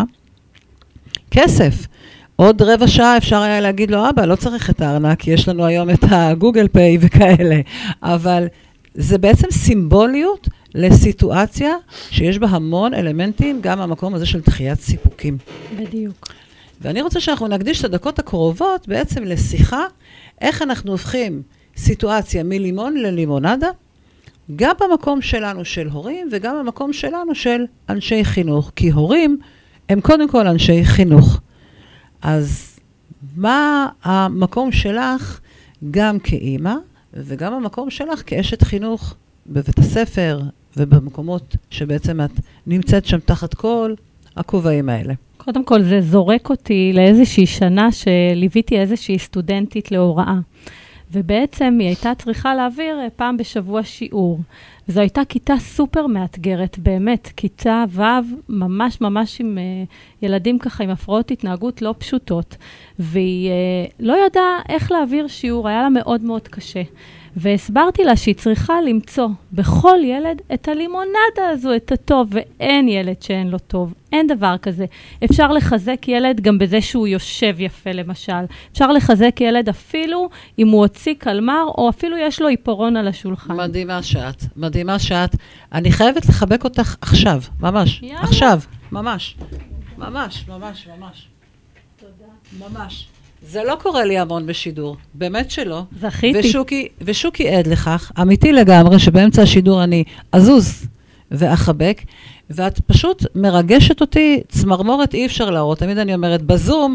כסף. עוד רבע שעה אפשר היה להגיד לו, אבא, לא צריך את הארנק, כי יש לנו היום את הגוגל פיי וכאלה. אבל זה בעצם סימבוליות לסיטואציה שיש בה המון אלמנטים, גם המקום הזה של דחיית סיפוקים. בדיוק. ואני רוצה שאנחנו נקדיש את הדקות הקרובות בעצם לשיחה, איך אנחנו הופכים סיטואציה מלימון ללימונדה, גם במקום שלנו של הורים, וגם במקום שלנו של אנשי חינוך. כי הורים הם קודם כל אנשי חינוך. אז מה המקום שלך גם כאימא, וגם המקום שלך כאשת חינוך בבית הספר, ובמקומות שבעצם את נמצאת שם תחת כל הכובעים האלה? קודם כל זה זורק אותי לאיזושהי שנה שליוויתי איזושהי סטודנטית להוראה. ובעצם היא הייתה צריכה להעביר פעם בשבוע שיעור. וזו הייתה כיתה סופר מאתגרת, באמת, כיתה ו' ממש ממש עם uh, ילדים ככה עם הפרעות התנהגות לא פשוטות. והיא uh, לא ידעה איך להעביר שיעור, היה לה מאוד מאוד קשה. והסברתי לה שהיא צריכה למצוא בכל ילד את הלימונדה הזו, את הטוב, ואין ילד שאין לו טוב, אין דבר כזה. אפשר לחזק ילד גם בזה שהוא יושב יפה למשל. אפשר לחזק ילד אפילו אם הוא הוציא קלמר, או אפילו יש לו עיפרון על השולחן. מדהימה שאת, מדהימה שאת. אני חייבת לחבק אותך עכשיו, ממש, יאללה. עכשיו, ממש, ממש, ממש, ממש. תודה. ממש. זה לא קורה לי המון בשידור, באמת שלא. זכיתי. ושוקי, ושוקי עד לכך, אמיתי לגמרי, שבאמצע השידור אני אזוז ואחבק, ואת פשוט מרגשת אותי, צמרמורת אי אפשר להראות. תמיד אני אומרת, בזום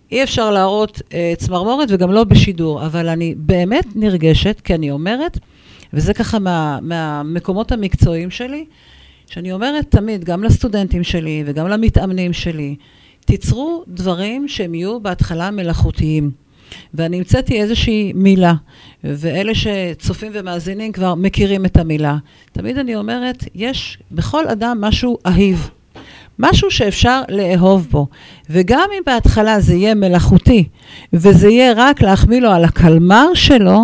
אי אפשר להראות אה, צמרמורת וגם לא בשידור, אבל אני באמת נרגשת, כי אני אומרת, וזה ככה מה, מהמקומות המקצועיים שלי, שאני אומרת תמיד, גם לסטודנטים שלי וגם למתאמנים שלי, תיצרו דברים שהם יהיו בהתחלה מלאכותיים. ואני המצאתי איזושהי מילה, ואלה שצופים ומאזינים כבר מכירים את המילה. תמיד אני אומרת, יש בכל אדם משהו אהיב, משהו שאפשר לאהוב בו. וגם אם בהתחלה זה יהיה מלאכותי, וזה יהיה רק להחמיא לו על הקלמר שלו,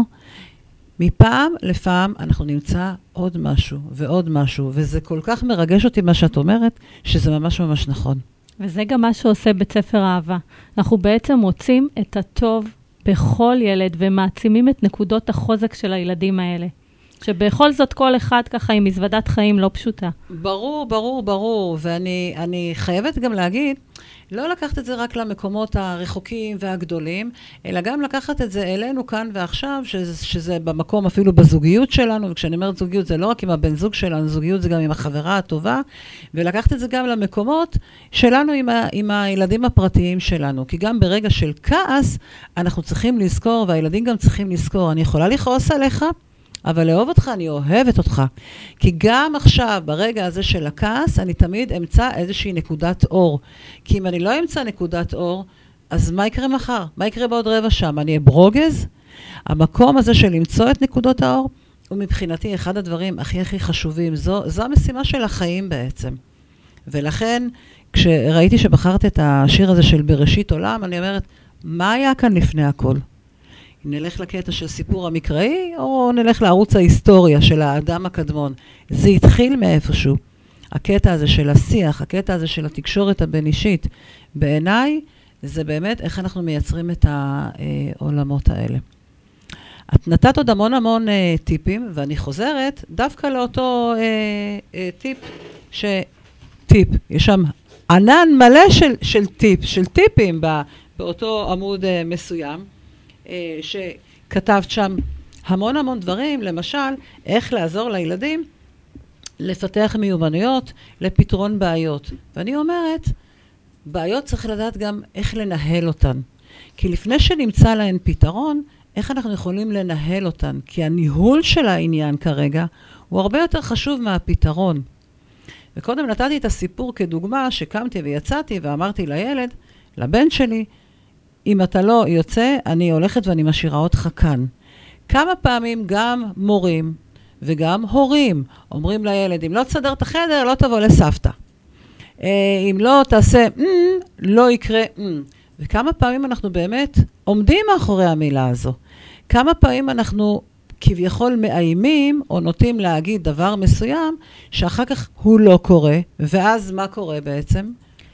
מפעם לפעם אנחנו נמצא עוד משהו ועוד משהו, וזה כל כך מרגש אותי מה שאת אומרת, שזה ממש ממש נכון. וזה גם מה שעושה בית ספר אהבה. אנחנו בעצם רוצים את הטוב בכל ילד, ומעצימים את נקודות החוזק של הילדים האלה. שבכל זאת כל אחד ככה עם מזוודת חיים לא פשוטה. ברור, ברור, ברור. ואני אני חייבת גם להגיד, לא לקחת את זה רק למקומות הרחוקים והגדולים, אלא גם לקחת את זה אלינו כאן ועכשיו, שזה, שזה במקום אפילו בזוגיות שלנו, וכשאני אומרת זוגיות זה לא רק עם הבן זוג שלנו, זוגיות זה גם עם החברה הטובה, ולקחת את זה גם למקומות שלנו עם, ה, עם הילדים הפרטיים שלנו, כי גם ברגע של כעס אנחנו צריכים לזכור, והילדים גם צריכים לזכור, אני יכולה לכעוס עליך, אבל לאהוב אותך, אני אוהבת אותך. כי גם עכשיו, ברגע הזה של הכעס, אני תמיד אמצא איזושהי נקודת אור. כי אם אני לא אמצא נקודת אור, אז מה יקרה מחר? מה יקרה בעוד רבע שם? אני אברוגז? המקום הזה של למצוא את נקודות האור, הוא מבחינתי אחד הדברים הכי הכי חשובים. זו, זו המשימה של החיים בעצם. ולכן, כשראיתי שבחרת את השיר הזה של בראשית עולם, אני אומרת, מה היה כאן לפני הכל? נלך לקטע של סיפור המקראי, או נלך לערוץ ההיסטוריה של האדם הקדמון. זה התחיל מאיפשהו. הקטע הזה של השיח, הקטע הזה של התקשורת הבין-אישית, בעיניי, זה באמת איך אנחנו מייצרים את העולמות האלה. את נתת עוד המון המון אה, טיפים, ואני חוזרת דווקא לאותו אה, אה, טיפ, ש... טיפ, יש שם ענן מלא של, של טיפ, של טיפים בא, באותו עמוד אה, מסוים, שכתבת שם המון המון דברים, למשל, איך לעזור לילדים לפתח מיומנויות לפתרון בעיות. ואני אומרת, בעיות צריך לדעת גם איך לנהל אותן. כי לפני שנמצא להן פתרון, איך אנחנו יכולים לנהל אותן? כי הניהול של העניין כרגע הוא הרבה יותר חשוב מהפתרון. וקודם נתתי את הסיפור כדוגמה שקמתי ויצאתי ואמרתי לילד, לבן שלי, אם אתה לא יוצא, אני הולכת ואני משאירה אותך כאן. כמה פעמים גם מורים וגם הורים אומרים לילד, אם לא תסדר את החדר, לא תבוא לסבתא. אם לא תעשה, לא יקרה. וכמה פעמים אנחנו באמת עומדים מאחורי המילה הזו. כמה פעמים אנחנו כביכול מאיימים או נוטים להגיד דבר מסוים, שאחר כך הוא לא קורה, ואז מה קורה בעצם?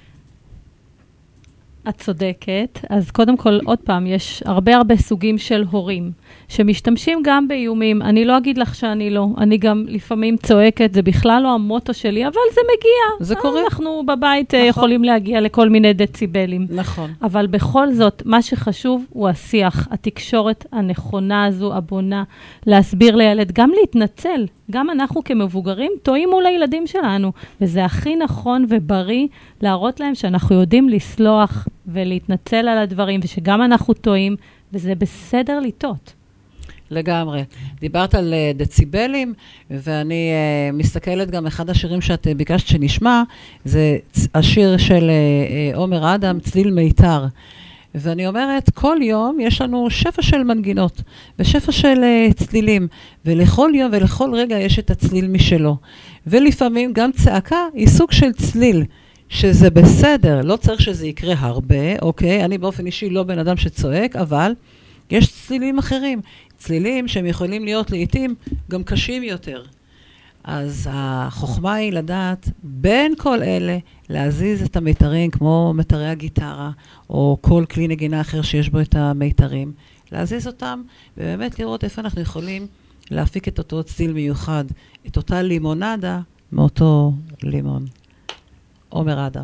את צודקת. אז קודם כל, עוד פעם, יש הרבה הרבה סוגים של הורים, שמשתמשים גם באיומים. אני לא אגיד לך שאני לא. אני גם לפעמים צועקת, זה בכלל לא המוטו שלי, אבל זה מגיע. זה קורה. אנחנו בבית נכון. יכולים להגיע לכל מיני דציבלים. נכון. אבל בכל זאת, מה שחשוב הוא השיח, התקשורת הנכונה הזו, הבונה, להסביר לילד, גם להתנצל. גם אנחנו כמבוגרים טועים מול הילדים שלנו, וזה הכי נכון ובריא להראות להם שאנחנו יודעים לסלוח ולהתנצל על הדברים, ושגם אנחנו טועים, וזה בסדר לטעות. לגמרי. דיברת על uh, דציבלים, ואני uh, מסתכלת גם אחד השירים שאת uh, ביקשת שנשמע, זה השיר של uh, uh, עומר אדם, צליל מיתר. ואני אומרת, כל יום יש לנו שפע של מנגינות, ושפע של uh, צלילים, ולכל יום ולכל רגע יש את הצליל משלו. ולפעמים גם צעקה היא סוג של צליל, שזה בסדר, לא צריך שזה יקרה הרבה, אוקיי? אני באופן אישי לא בן אדם שצועק, אבל יש צלילים אחרים, צלילים שהם יכולים להיות לעתים גם קשים יותר. אז החוכמה היא לדעת בין כל אלה להזיז את המיתרים כמו מיתרי הגיטרה או כל כלי נגינה אחר שיש בו את המיתרים, להזיז אותם ובאמת לראות איפה אנחנו יכולים להפיק את אותו צליל מיוחד, את אותה לימונדה מאותו לימון. עומר אדם.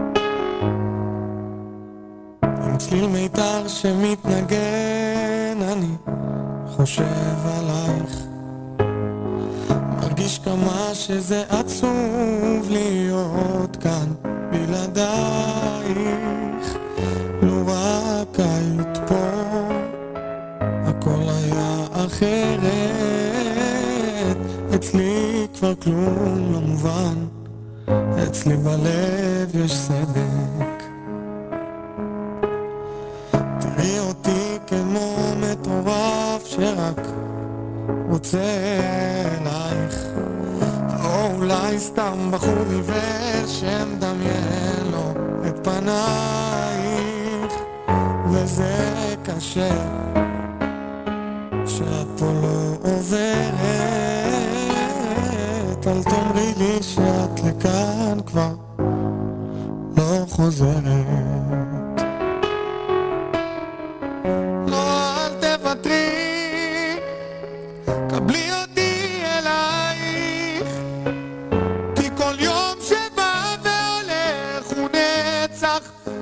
צליל מיתר שמתנגן אני חושב עלייך, מרגיש כמה שזה עצוב להיות כאן בלעדייך. לו רק היית פה הכל היה אחרת, אצלי כבר כלום לא מובן, אצלי בלב יש סדק. תראי אותי כמו מטורף שרק רוצה אלייך, או אולי סתם בחור עיוור שמדמיין לו את פנייך, וזה קשה שאת פה לא עוברת. אל תאמרי לי שאת לכאן כבר לא חוזרת. לא, אל תוותרי, קבלי אותי אלייך, כי כל יום שבא והולך הוא נצח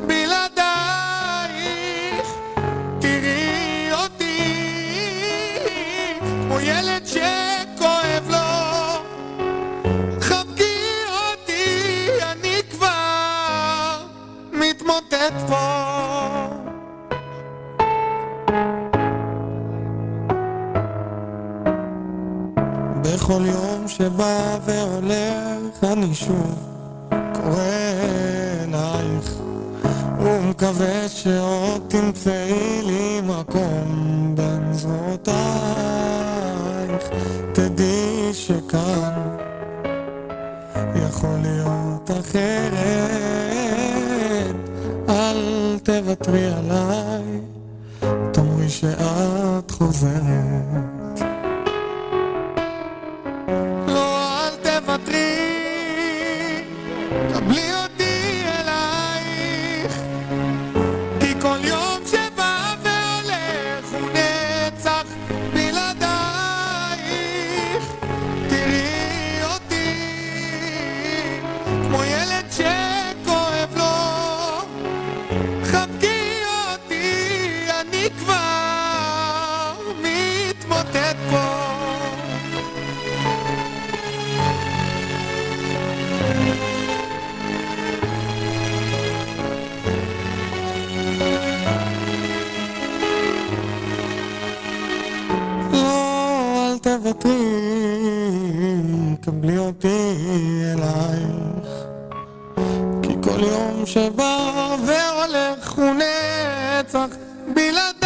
בלעדייך. תראי אותי כמו ילד שכואב לו, חבקי אותי, אני כבר מתמוטט פה. בכל יום שבא והולך אני שוב קורא אלייך, ומקווה שעוד תמצאי לי מקום בין זרועותייך. תדעי שכאן יכול להיות אחרת, אל תוותרי עליי, תאמרי שאת חוזרת. לא, אל תוותרי, קבלי אותי אלייך, כי כל יום שבא והולך הוא נצח בלעדייך. תראי אותי כמו ילד שכואב לו, חבקי אותי, אני כבר מתמוטט פה. לא, אל תוותרי, קבלי אותי אלייך, כי כל יום שבא והולך הוא נצח בלעדייך.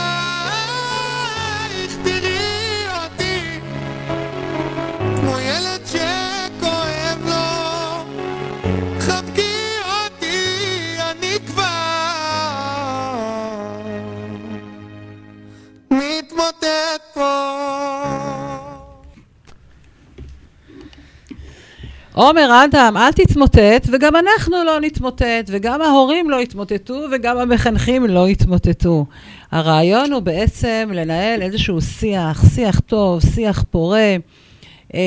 תראי אותי כמו ילד שכואב לו, חבקי אותי, אני כבר מתמוטט פה. עומר אדם, אל תתמוטט, וגם אנחנו לא נתמוטט, וגם ההורים לא יתמוטטו, וגם המחנכים לא יתמוטטו. הרעיון הוא בעצם לנהל איזשהו שיח, שיח טוב, שיח פורה, אה, אה,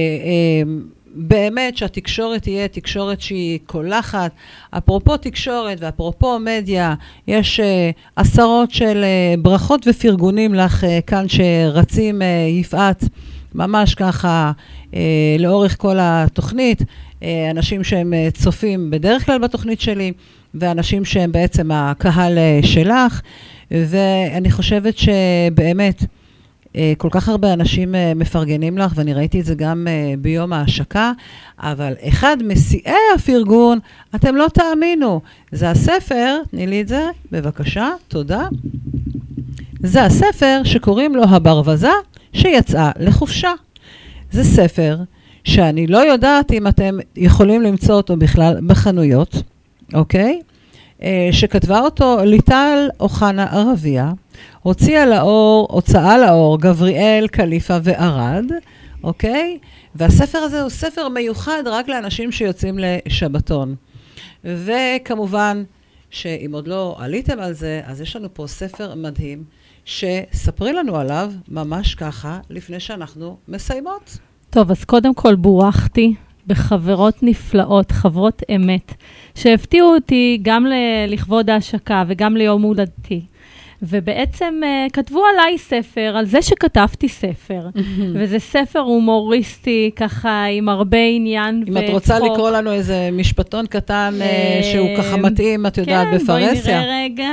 באמת שהתקשורת תהיה תקשורת שהיא קולחת. אפרופו תקשורת ואפרופו מדיה, יש אה, עשרות של אה, ברכות ופרגונים לך אה, כאן שרצים אה, יפעת, ממש ככה אה, לאורך כל התוכנית, אה, אנשים שהם אה, צופים בדרך כלל בתוכנית שלי, ואנשים שהם בעצם הקהל אה, שלך, ואני חושבת שבאמת אה, כל כך הרבה אנשים אה, מפרגנים לך, ואני ראיתי את זה גם אה, ביום ההשקה, אבל אחד משיאי הפרגון, אתם לא תאמינו, זה הספר, תני לי את זה, בבקשה, תודה. זה הספר שקוראים לו הברווזה שיצאה לחופשה. זה ספר שאני לא יודעת אם אתם יכולים למצוא אותו בכלל בחנויות, אוקיי? אה, שכתבה אותו ליטל אוחנה ערביה, הוציאה לאור, הוצאה לאור, גבריאל, קליפה וערד, אוקיי? והספר הזה הוא ספר מיוחד רק לאנשים שיוצאים לשבתון. וכמובן, שאם עוד לא עליתם על זה, אז יש לנו פה ספר מדהים, שספרי לנו עליו ממש ככה, לפני שאנחנו מסיימות. טוב, אז קודם כל בורחתי בחברות נפלאות, חברות אמת, שהפתיעו אותי גם ל- לכבוד ההשקה וגם ליום הולדתי. ובעצם uh, כתבו עליי ספר, על זה שכתבתי ספר, וזה ספר הומוריסטי, ככה עם הרבה עניין וצחוק. אם את רוצה לקרוא לנו איזה משפטון קטן uh, שהוא ככה מתאים, את יודעת, כן, בפרסיה. כן, בואי נראה רגע.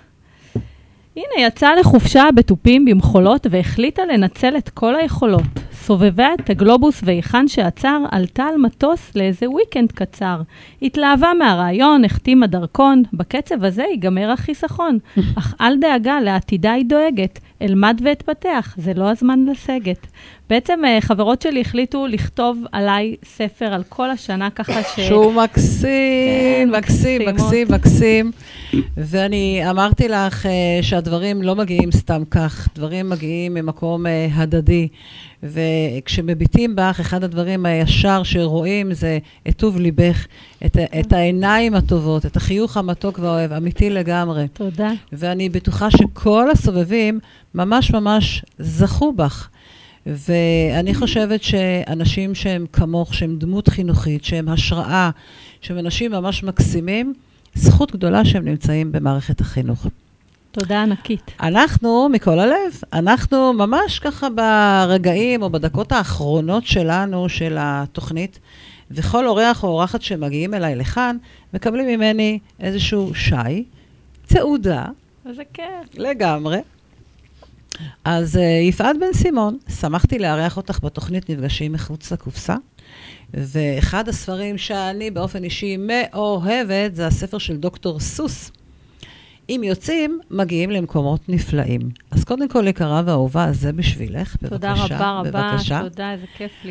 הנה, יצאה לחופשה בתופים במחולות, והחליטה לנצל את כל היכולות. סובבה את הגלובוס והיכן שעצר, עלתה על מטוס לאיזה וויקנד קצר. התלהבה מהרעיון, החתימה דרכון, בקצב הזה ייגמר החיסכון. אך אל דאגה, לעתידה היא דואגת. אלמד והתפתח, זה לא הזמן לסגת. בעצם חברות שלי החליטו לכתוב עליי ספר על כל השנה ככה ש... שהוא מקסים, כן, מקסים, מקסים, מקסים. ואני אמרתי לך שהדברים לא מגיעים סתם כך, דברים מגיעים ממקום הדדי. וכשמביטים בך, אחד הדברים הישר שרואים זה את טוב ליבך, את, את העיניים הטובות, את החיוך המתוק והאוהב, אמיתי לגמרי. תודה. ואני בטוחה שכל הסובבים ממש ממש זכו בך. ואני חושבת שאנשים שהם כמוך, שהם דמות חינוכית, שהם השראה, שהם אנשים ממש מקסימים, זכות גדולה שהם נמצאים במערכת החינוך. תודה ענקית. אנחנו, מכל הלב, אנחנו ממש ככה ברגעים או בדקות האחרונות שלנו, של התוכנית, וכל אורח או אורחת שמגיעים אליי לכאן, מקבלים ממני איזשהו שי, תעודה. איזה כיף. לגמרי. אז uh, יפעת בן סימון, שמחתי לארח אותך בתוכנית נפגשים מחוץ לקופסה, ואחד הספרים שאני באופן אישי מאוהבת, זה הספר של דוקטור סוס. אם יוצאים, מגיעים למקומות נפלאים. אז קודם כל, יקרה ואהובה, זה בשבילך. תודה בבקשה, רבה רבה, בבקשה. תודה, איזה כיף לי.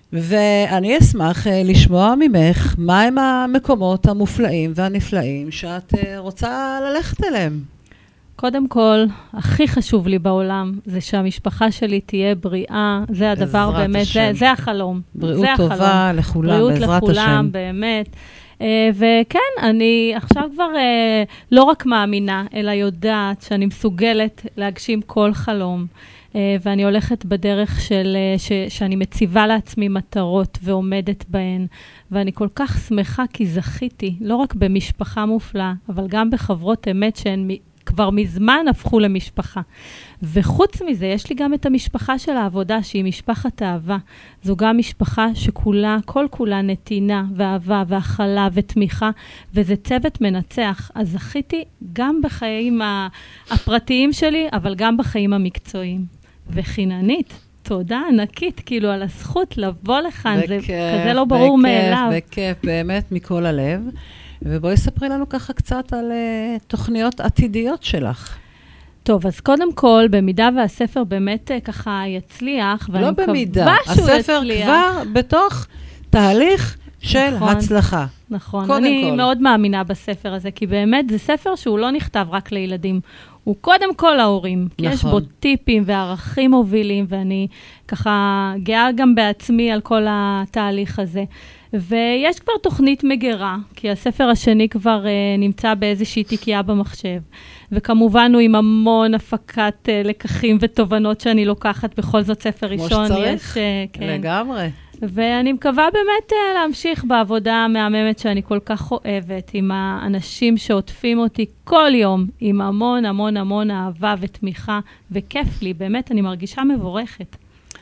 ואני אשמח uh, לשמוע ממך, מהם המקומות המופלאים והנפלאים שאת uh, רוצה ללכת אליהם. קודם כל, הכי חשוב לי בעולם, זה שהמשפחה שלי תהיה בריאה, זה הדבר באמת, זה, זה החלום. בריאות זה טובה החלום. לכולם, בריאות בעזרת לכולם, השם. באמת. Uh, וכן, אני עכשיו כבר uh, לא רק מאמינה, אלא יודעת שאני מסוגלת להגשים כל חלום. Uh, ואני הולכת בדרך של, uh, ש, שאני מציבה לעצמי מטרות ועומדת בהן. ואני כל כך שמחה כי זכיתי, לא רק במשפחה מופלאה, אבל גם בחברות אמת שהן כבר מזמן הפכו למשפחה. וחוץ מזה, יש לי גם את המשפחה של העבודה, שהיא משפחת אהבה. זו גם משפחה שכולה, כל כולה נתינה ואהבה והכלה ותמיכה, וזה צוות מנצח. אז זכיתי גם בחיים הפרטיים שלי, אבל גם בחיים המקצועיים. וחיננית, תודה ענקית, כאילו על הזכות לבוא לכאן, זה כזה לא ברור מאליו. בכיף, בכיף, באמת מכל הלב. ובואי ספרי לנו ככה קצת על uh, תוכניות עתידיות שלך. טוב, אז קודם כל, במידה והספר באמת uh, ככה יצליח, לא במידה, הספר יצליח. כבר בתוך תהליך של נכון, הצלחה. נכון, קודם אני כל. מאוד מאמינה בספר הזה, כי באמת זה ספר שהוא לא נכתב רק לילדים, הוא קודם כל להורים. נכון. כי יש בו טיפים וערכים מובילים, ואני ככה גאה גם בעצמי על כל התהליך הזה. ויש כבר תוכנית מגרה, כי הספר השני כבר uh, נמצא באיזושהי תיקייה במחשב. וכמובן הוא עם המון הפקת uh, לקחים ותובנות שאני לוקחת, בכל זאת ספר ראשון. כמו שצריך, יש, uh, כן. לגמרי. ואני מקווה באמת uh, להמשיך בעבודה המהממת שאני כל כך אוהבת, עם האנשים שעוטפים אותי כל יום, עם המון המון המון אהבה ותמיכה, וכיף לי, באמת אני מרגישה מבורכת.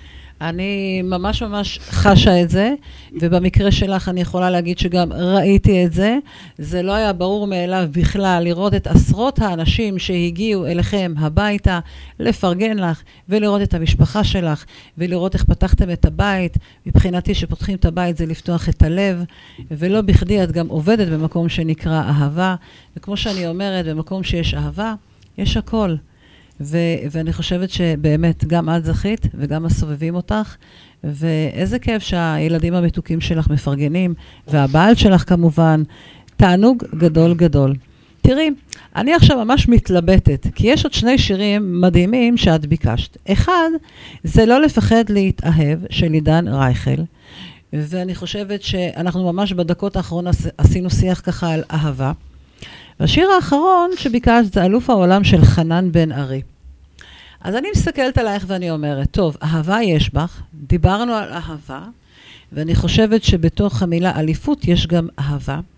אני ממש ממש חשה את זה, ובמקרה שלך אני יכולה להגיד שגם ראיתי את זה. זה לא היה ברור מאליו בכלל לראות את עשרות האנשים שהגיעו אליכם הביתה, לפרגן לך ולראות את המשפחה שלך, ולראות איך פתחתם את הבית. מבחינתי שפותחים את הבית זה לפתוח את הלב, ולא בכדי את גם עובדת במקום שנקרא אהבה, וכמו שאני אומרת, במקום שיש אהבה, יש הכל. ו- ואני חושבת שבאמת גם את זכית וגם הסובבים אותך, ואיזה כיף שהילדים המתוקים שלך מפרגנים, והבעל שלך כמובן, תענוג גדול גדול. תראי, אני עכשיו ממש מתלבטת, כי יש עוד שני שירים מדהימים שאת ביקשת. אחד, זה לא לפחד להתאהב של עידן רייכל, ואני חושבת שאנחנו ממש בדקות האחרונות עשינו שיח ככה על אהבה, והשיר האחרון שביקשת זה אלוף העולם של חנן בן ארי. אז אני מסתכלת עלייך ואני אומרת, טוב, אהבה יש בך, דיברנו על אהבה, ואני חושבת שבתוך המילה אליפות יש גם אהבה.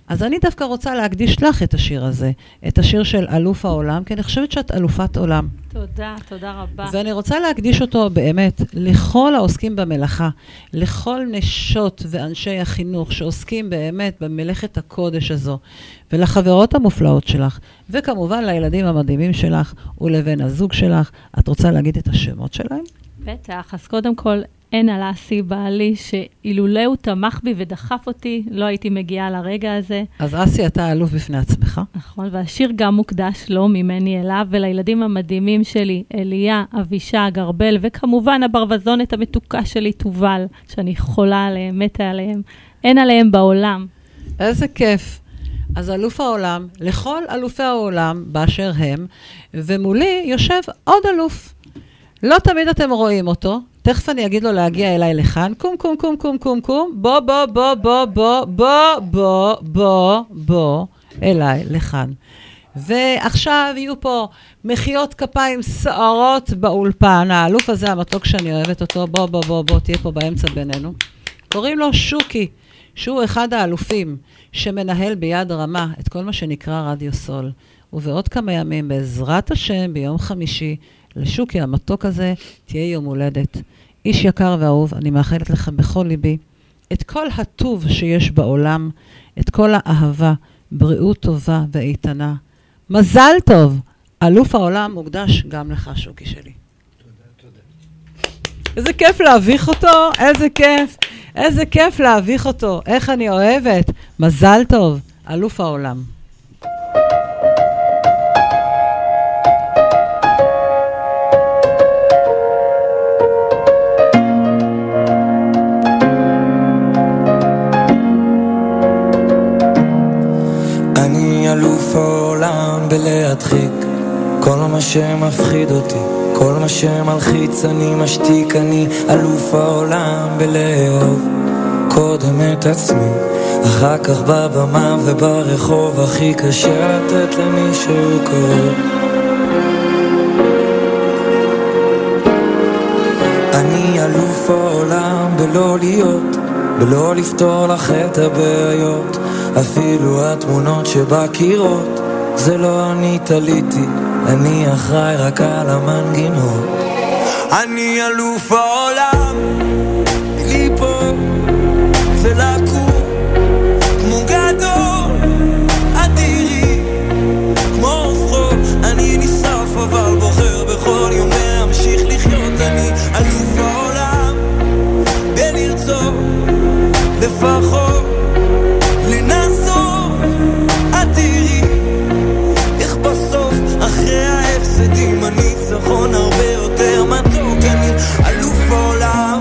אז אני דווקא רוצה להקדיש לך את השיר הזה, את השיר של אלוף העולם, כי אני חושבת שאת אלופת עולם. תודה, תודה רבה. ואני רוצה להקדיש אותו באמת לכל העוסקים במלאכה, לכל נשות ואנשי החינוך שעוסקים באמת במלאכת הקודש הזו, ולחברות המופלאות שלך, וכמובן לילדים המדהימים שלך ולבן הזוג שלך. את רוצה להגיד את השמות שלהם? בטח, אז קודם כל, אין על אסי בעלי, שאילולא הוא תמך בי ודחף אותי, לא הייתי מגיעה לרגע הזה. אז אסי, אתה אלוף בפני עצמך. נכון, והשיר גם מוקדש לו, ממני אליו, ולילדים המדהימים שלי, אליה, אבישה, גרבל, וכמובן הברווזונת המתוקה שלי, תובל, שאני חולה עליהם, מתה עליהם. אין עליהם בעולם. איזה כיף. אז אלוף העולם, לכל אלופי העולם באשר הם, ומולי יושב עוד אלוף. לא תמיד אתם רואים אותו, תכף אני אגיד לו להגיע אליי לכאן, קום, קום, קום, קום, קום, קום, בוא, בוא, בוא, בוא, בוא, בוא, בוא, בוא, בוא, אליי לכאן. ועכשיו יהיו פה מחיאות כפיים סערות באולפן, האלוף הזה המתוק שאני אוהבת אותו, בוא, בוא, בוא, בוא, תהיה פה באמצע בינינו. קוראים לו שוקי, שהוא אחד האלופים שמנהל ביד רמה את כל מה שנקרא רדיו סול. ובעוד כמה ימים, בעזרת השם, ביום חמישי, לשוקי המתוק הזה תהיה יום הולדת. איש יקר ואהוב, אני מאחלת לך בכל ליבי את כל הטוב שיש בעולם, את כל האהבה, בריאות טובה ואיתנה. מזל טוב, אלוף העולם מוקדש גם לך, שוקי שלי. תודה, תודה. איזה כיף להביך אותו, איזה כיף, איזה כיף להביך אותו, איך אני אוהבת. מזל טוב, אלוף העולם. אלוף העולם בלהדחיק כל מה שמפחיד אותי, כל מה שמלחיץ אני משתיק. אני אלוף העולם בלאהוב קודם את עצמי, אחר כך בבמה וברחוב הכי קשה לתת למישהו קרוב. אני אלוף העולם בלא להיות, בלא לפתור לך את הבעיות, אפילו התמונות שבקירות זה לא אני תליתי, אני אחראי רק על המנגינות. אני אלוף העולם לי פה זה לקום כמו גדול אדירי כמו עופרו, אני נשרף אבל בוחר בכל יום להמשיך לחיות. אני אלוף העולם בלרצות לפחות לנסות, את תראי איך בסוף אחרי ההפסדים הניצחון הרבה יותר מתוק. אני אלוף העולם.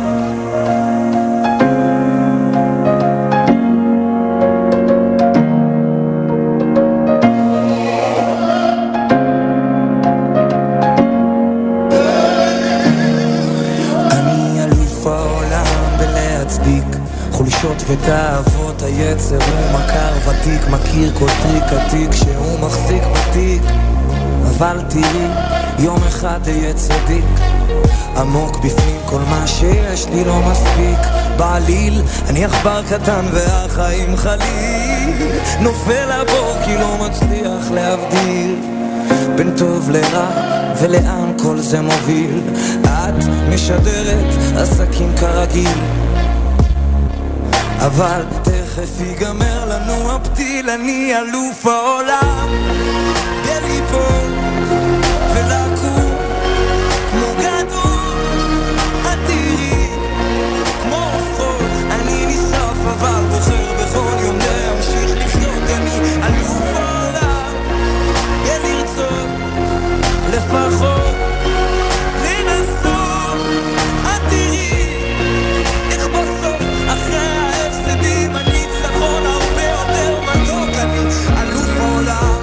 אני אלוף העולם בלהצדיק חולשות ותאוות היצר, הוא מכר ותיק, מכיר כל טריק עתיק שהוא מחזיק בתיק. אבל תראי, יום אחד יהיה צדיק, עמוק בפנים כל מה שיש לי לא מספיק. בעליל, אני אכבר קטן והחיים חליל, נופל הבור כי לא מצליח להבדיל בין טוב לרע ולאן כל זה מוביל. את משדרת עסקים כרגיל, אבל תכף ייגמר לנו הפתיל. אני אלוף העולם בליפול ולקום כמו גדול אדירי כמו עופות, אני נשרף אבל בוחר בכל יום להמשיך לחיות. אני אלוף העולם בלרצות לפחות לנסות, אדירי איך בסוף אחרי הניצחון הרבה יותר מתוק. אני אלוף העולם.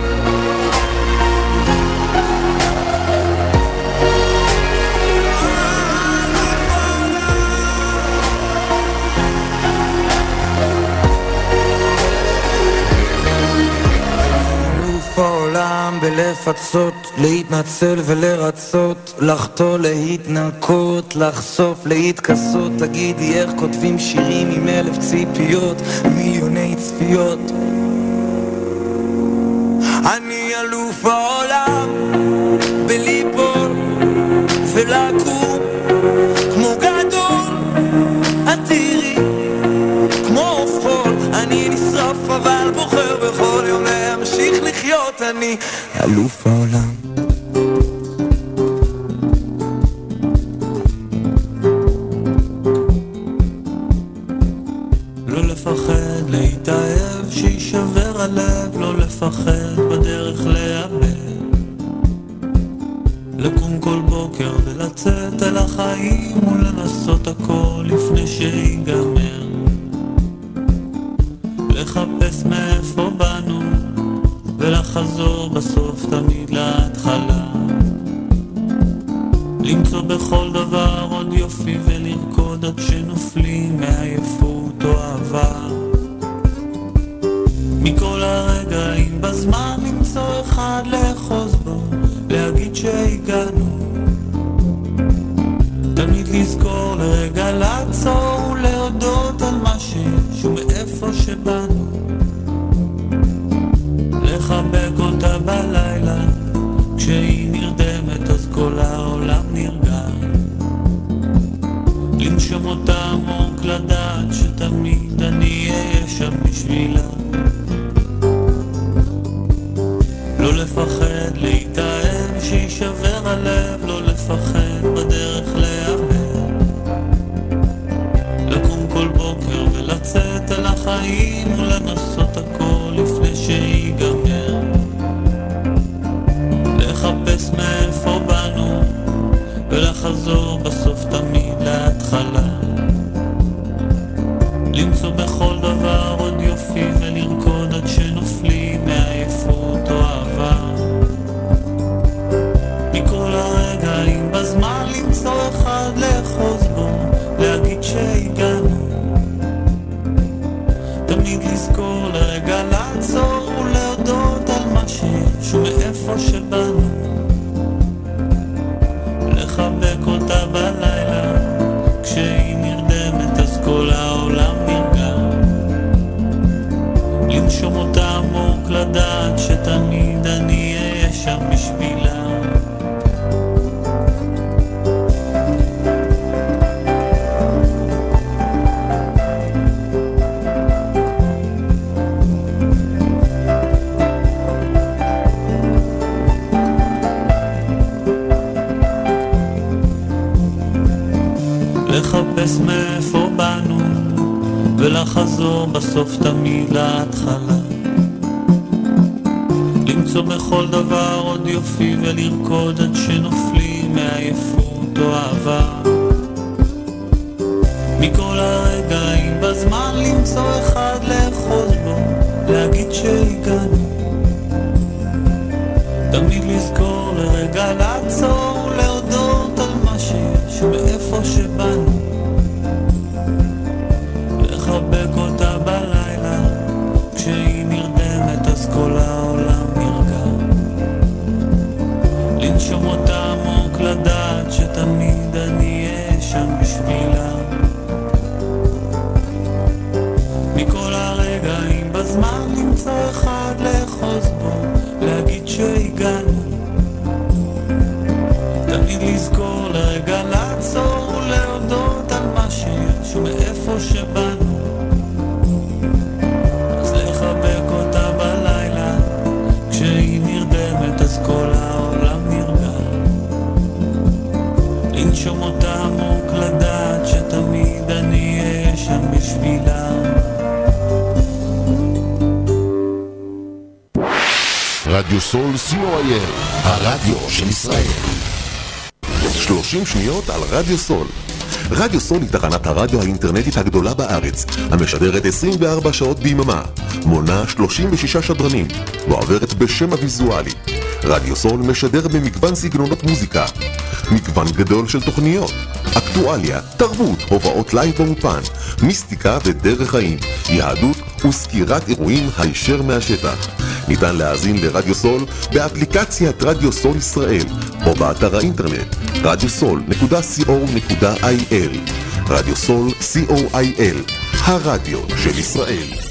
אלוף העולם בלפצות, להתנצל ולרצות, לחטוא להתנקות, לחשוף להתכסות. תגידי איך כותבים שירים עם אלף ציפיות, מיליוני צפיות. אני אלוף העולם בליפול ולקום כמו גדול, את תראי כמו עופות, אני נשרף אבל בוחר בכל יום להמשיך לחיות, אני אלוף העולם. לא לפחד להתאהב שישבר הלב, לא לפחד בדרך לאבד, לקום כל בוקר ולצאת אל החיים ולנסות הכל לפני שיגמר, לחפש מאיפה באנו ולחזור בסוף תמיד להתחלה, למצוא בכל דבר עוד יופי ולרקוד עד שנופלים מעייפות או אהבה, מכל הרגעים בזמן למצוא אחד לאחוז בו, להגיד שהגענו, תמיד לזכור לרגע לעצור ולהודות על מה שיש ומאיפה שבאנו, לחבק אותה בלילה כשהיא נרדמת אז כל העולם נרגע, לנשום אותה עמוק לדעת שתמיד אני אהיה שם בשבילה, לא לפחד להתאהב שישבר הלב, לא לפחד בדרך לאבד, לקום כל בוקר ולצאת אל החיים ולנסות הכל לפני שיגמר, לחפש מאיפה באנו ולחזור בסוף תמיד להתחלה, למצוא בכל דבר עוד יופי ולרקוד עד שנופלים מעייפות או אהבה, מכל הרגעים בזמן למצוא אחד לאחוז בו, להגיד שהגענו, תמיד לזכור לרגע לעצור ולהודות על מה שיש ומאיפה שבאנו, לחבק אותה בלילה כשהיא נרדמת אז כל העולם נרגע, לנשום אותה עמוק לדעת שתמיד אני אהיה שם בשבילה, לחפש מאיפה באנו ולחזור בסוף תמיד להתחלה, למצוא בכל דבר עוד יופי ולרקוד עד שנופלים מעייפות או אהבה, מכל הרגעים בזמן למצוא אחד לאחוז בו, להגיד שהגענו, תמיד לזכור לרגע לעצור ולהודות על מה שיש ומאיפה שבאנו, לחבק אותה בלילה כשהיא נרדמת אז כל העולם נרגע, לנשום אותה עמוק לדעת שתמיד אני אהיה שם בשבילה, מכל הרגעים בזמן למצוא אחד לאחוז בו, להגיד שהגענו, תמיד לזכור לרגע לעצור ולהודות על מה שיש ומאיפה שבאנו, אז לחבק אותה בלילה כשהיא נרדמת אז כל העולם נרגע, לנשום אותה עמוק לדעת שתמיד אני אהיה שם בשבילה. רדיו סול סי או איי אל, הרדיו של ישראל. שלושים שניות על רדיו סול. רדיו סול היא תחנת הרדיו האינטרנטית הגדולה בארץ, המשדרת עשרים וארבע שעות ביממה, מונה שלושים ושישה שדרנים, ועוברת בשם הוויזואלי. רדיו סול משדר במגוון סגנונות מוזיקה, מגוון גדול של תוכניות, אקטואליה, תרבות, הובאות לייב באופן, מיסטיקה ודרך חיים, יהדות וסקירת אירועים הישר מהשטח. ניתן להאזין לרדיו סול באפליקציית רדיו סול ישראל או באתר האינטרנט רדיו סול נקודה סי או נקודה איי אל. רדיו סול סי או איי אל, הרדיו של ישראל.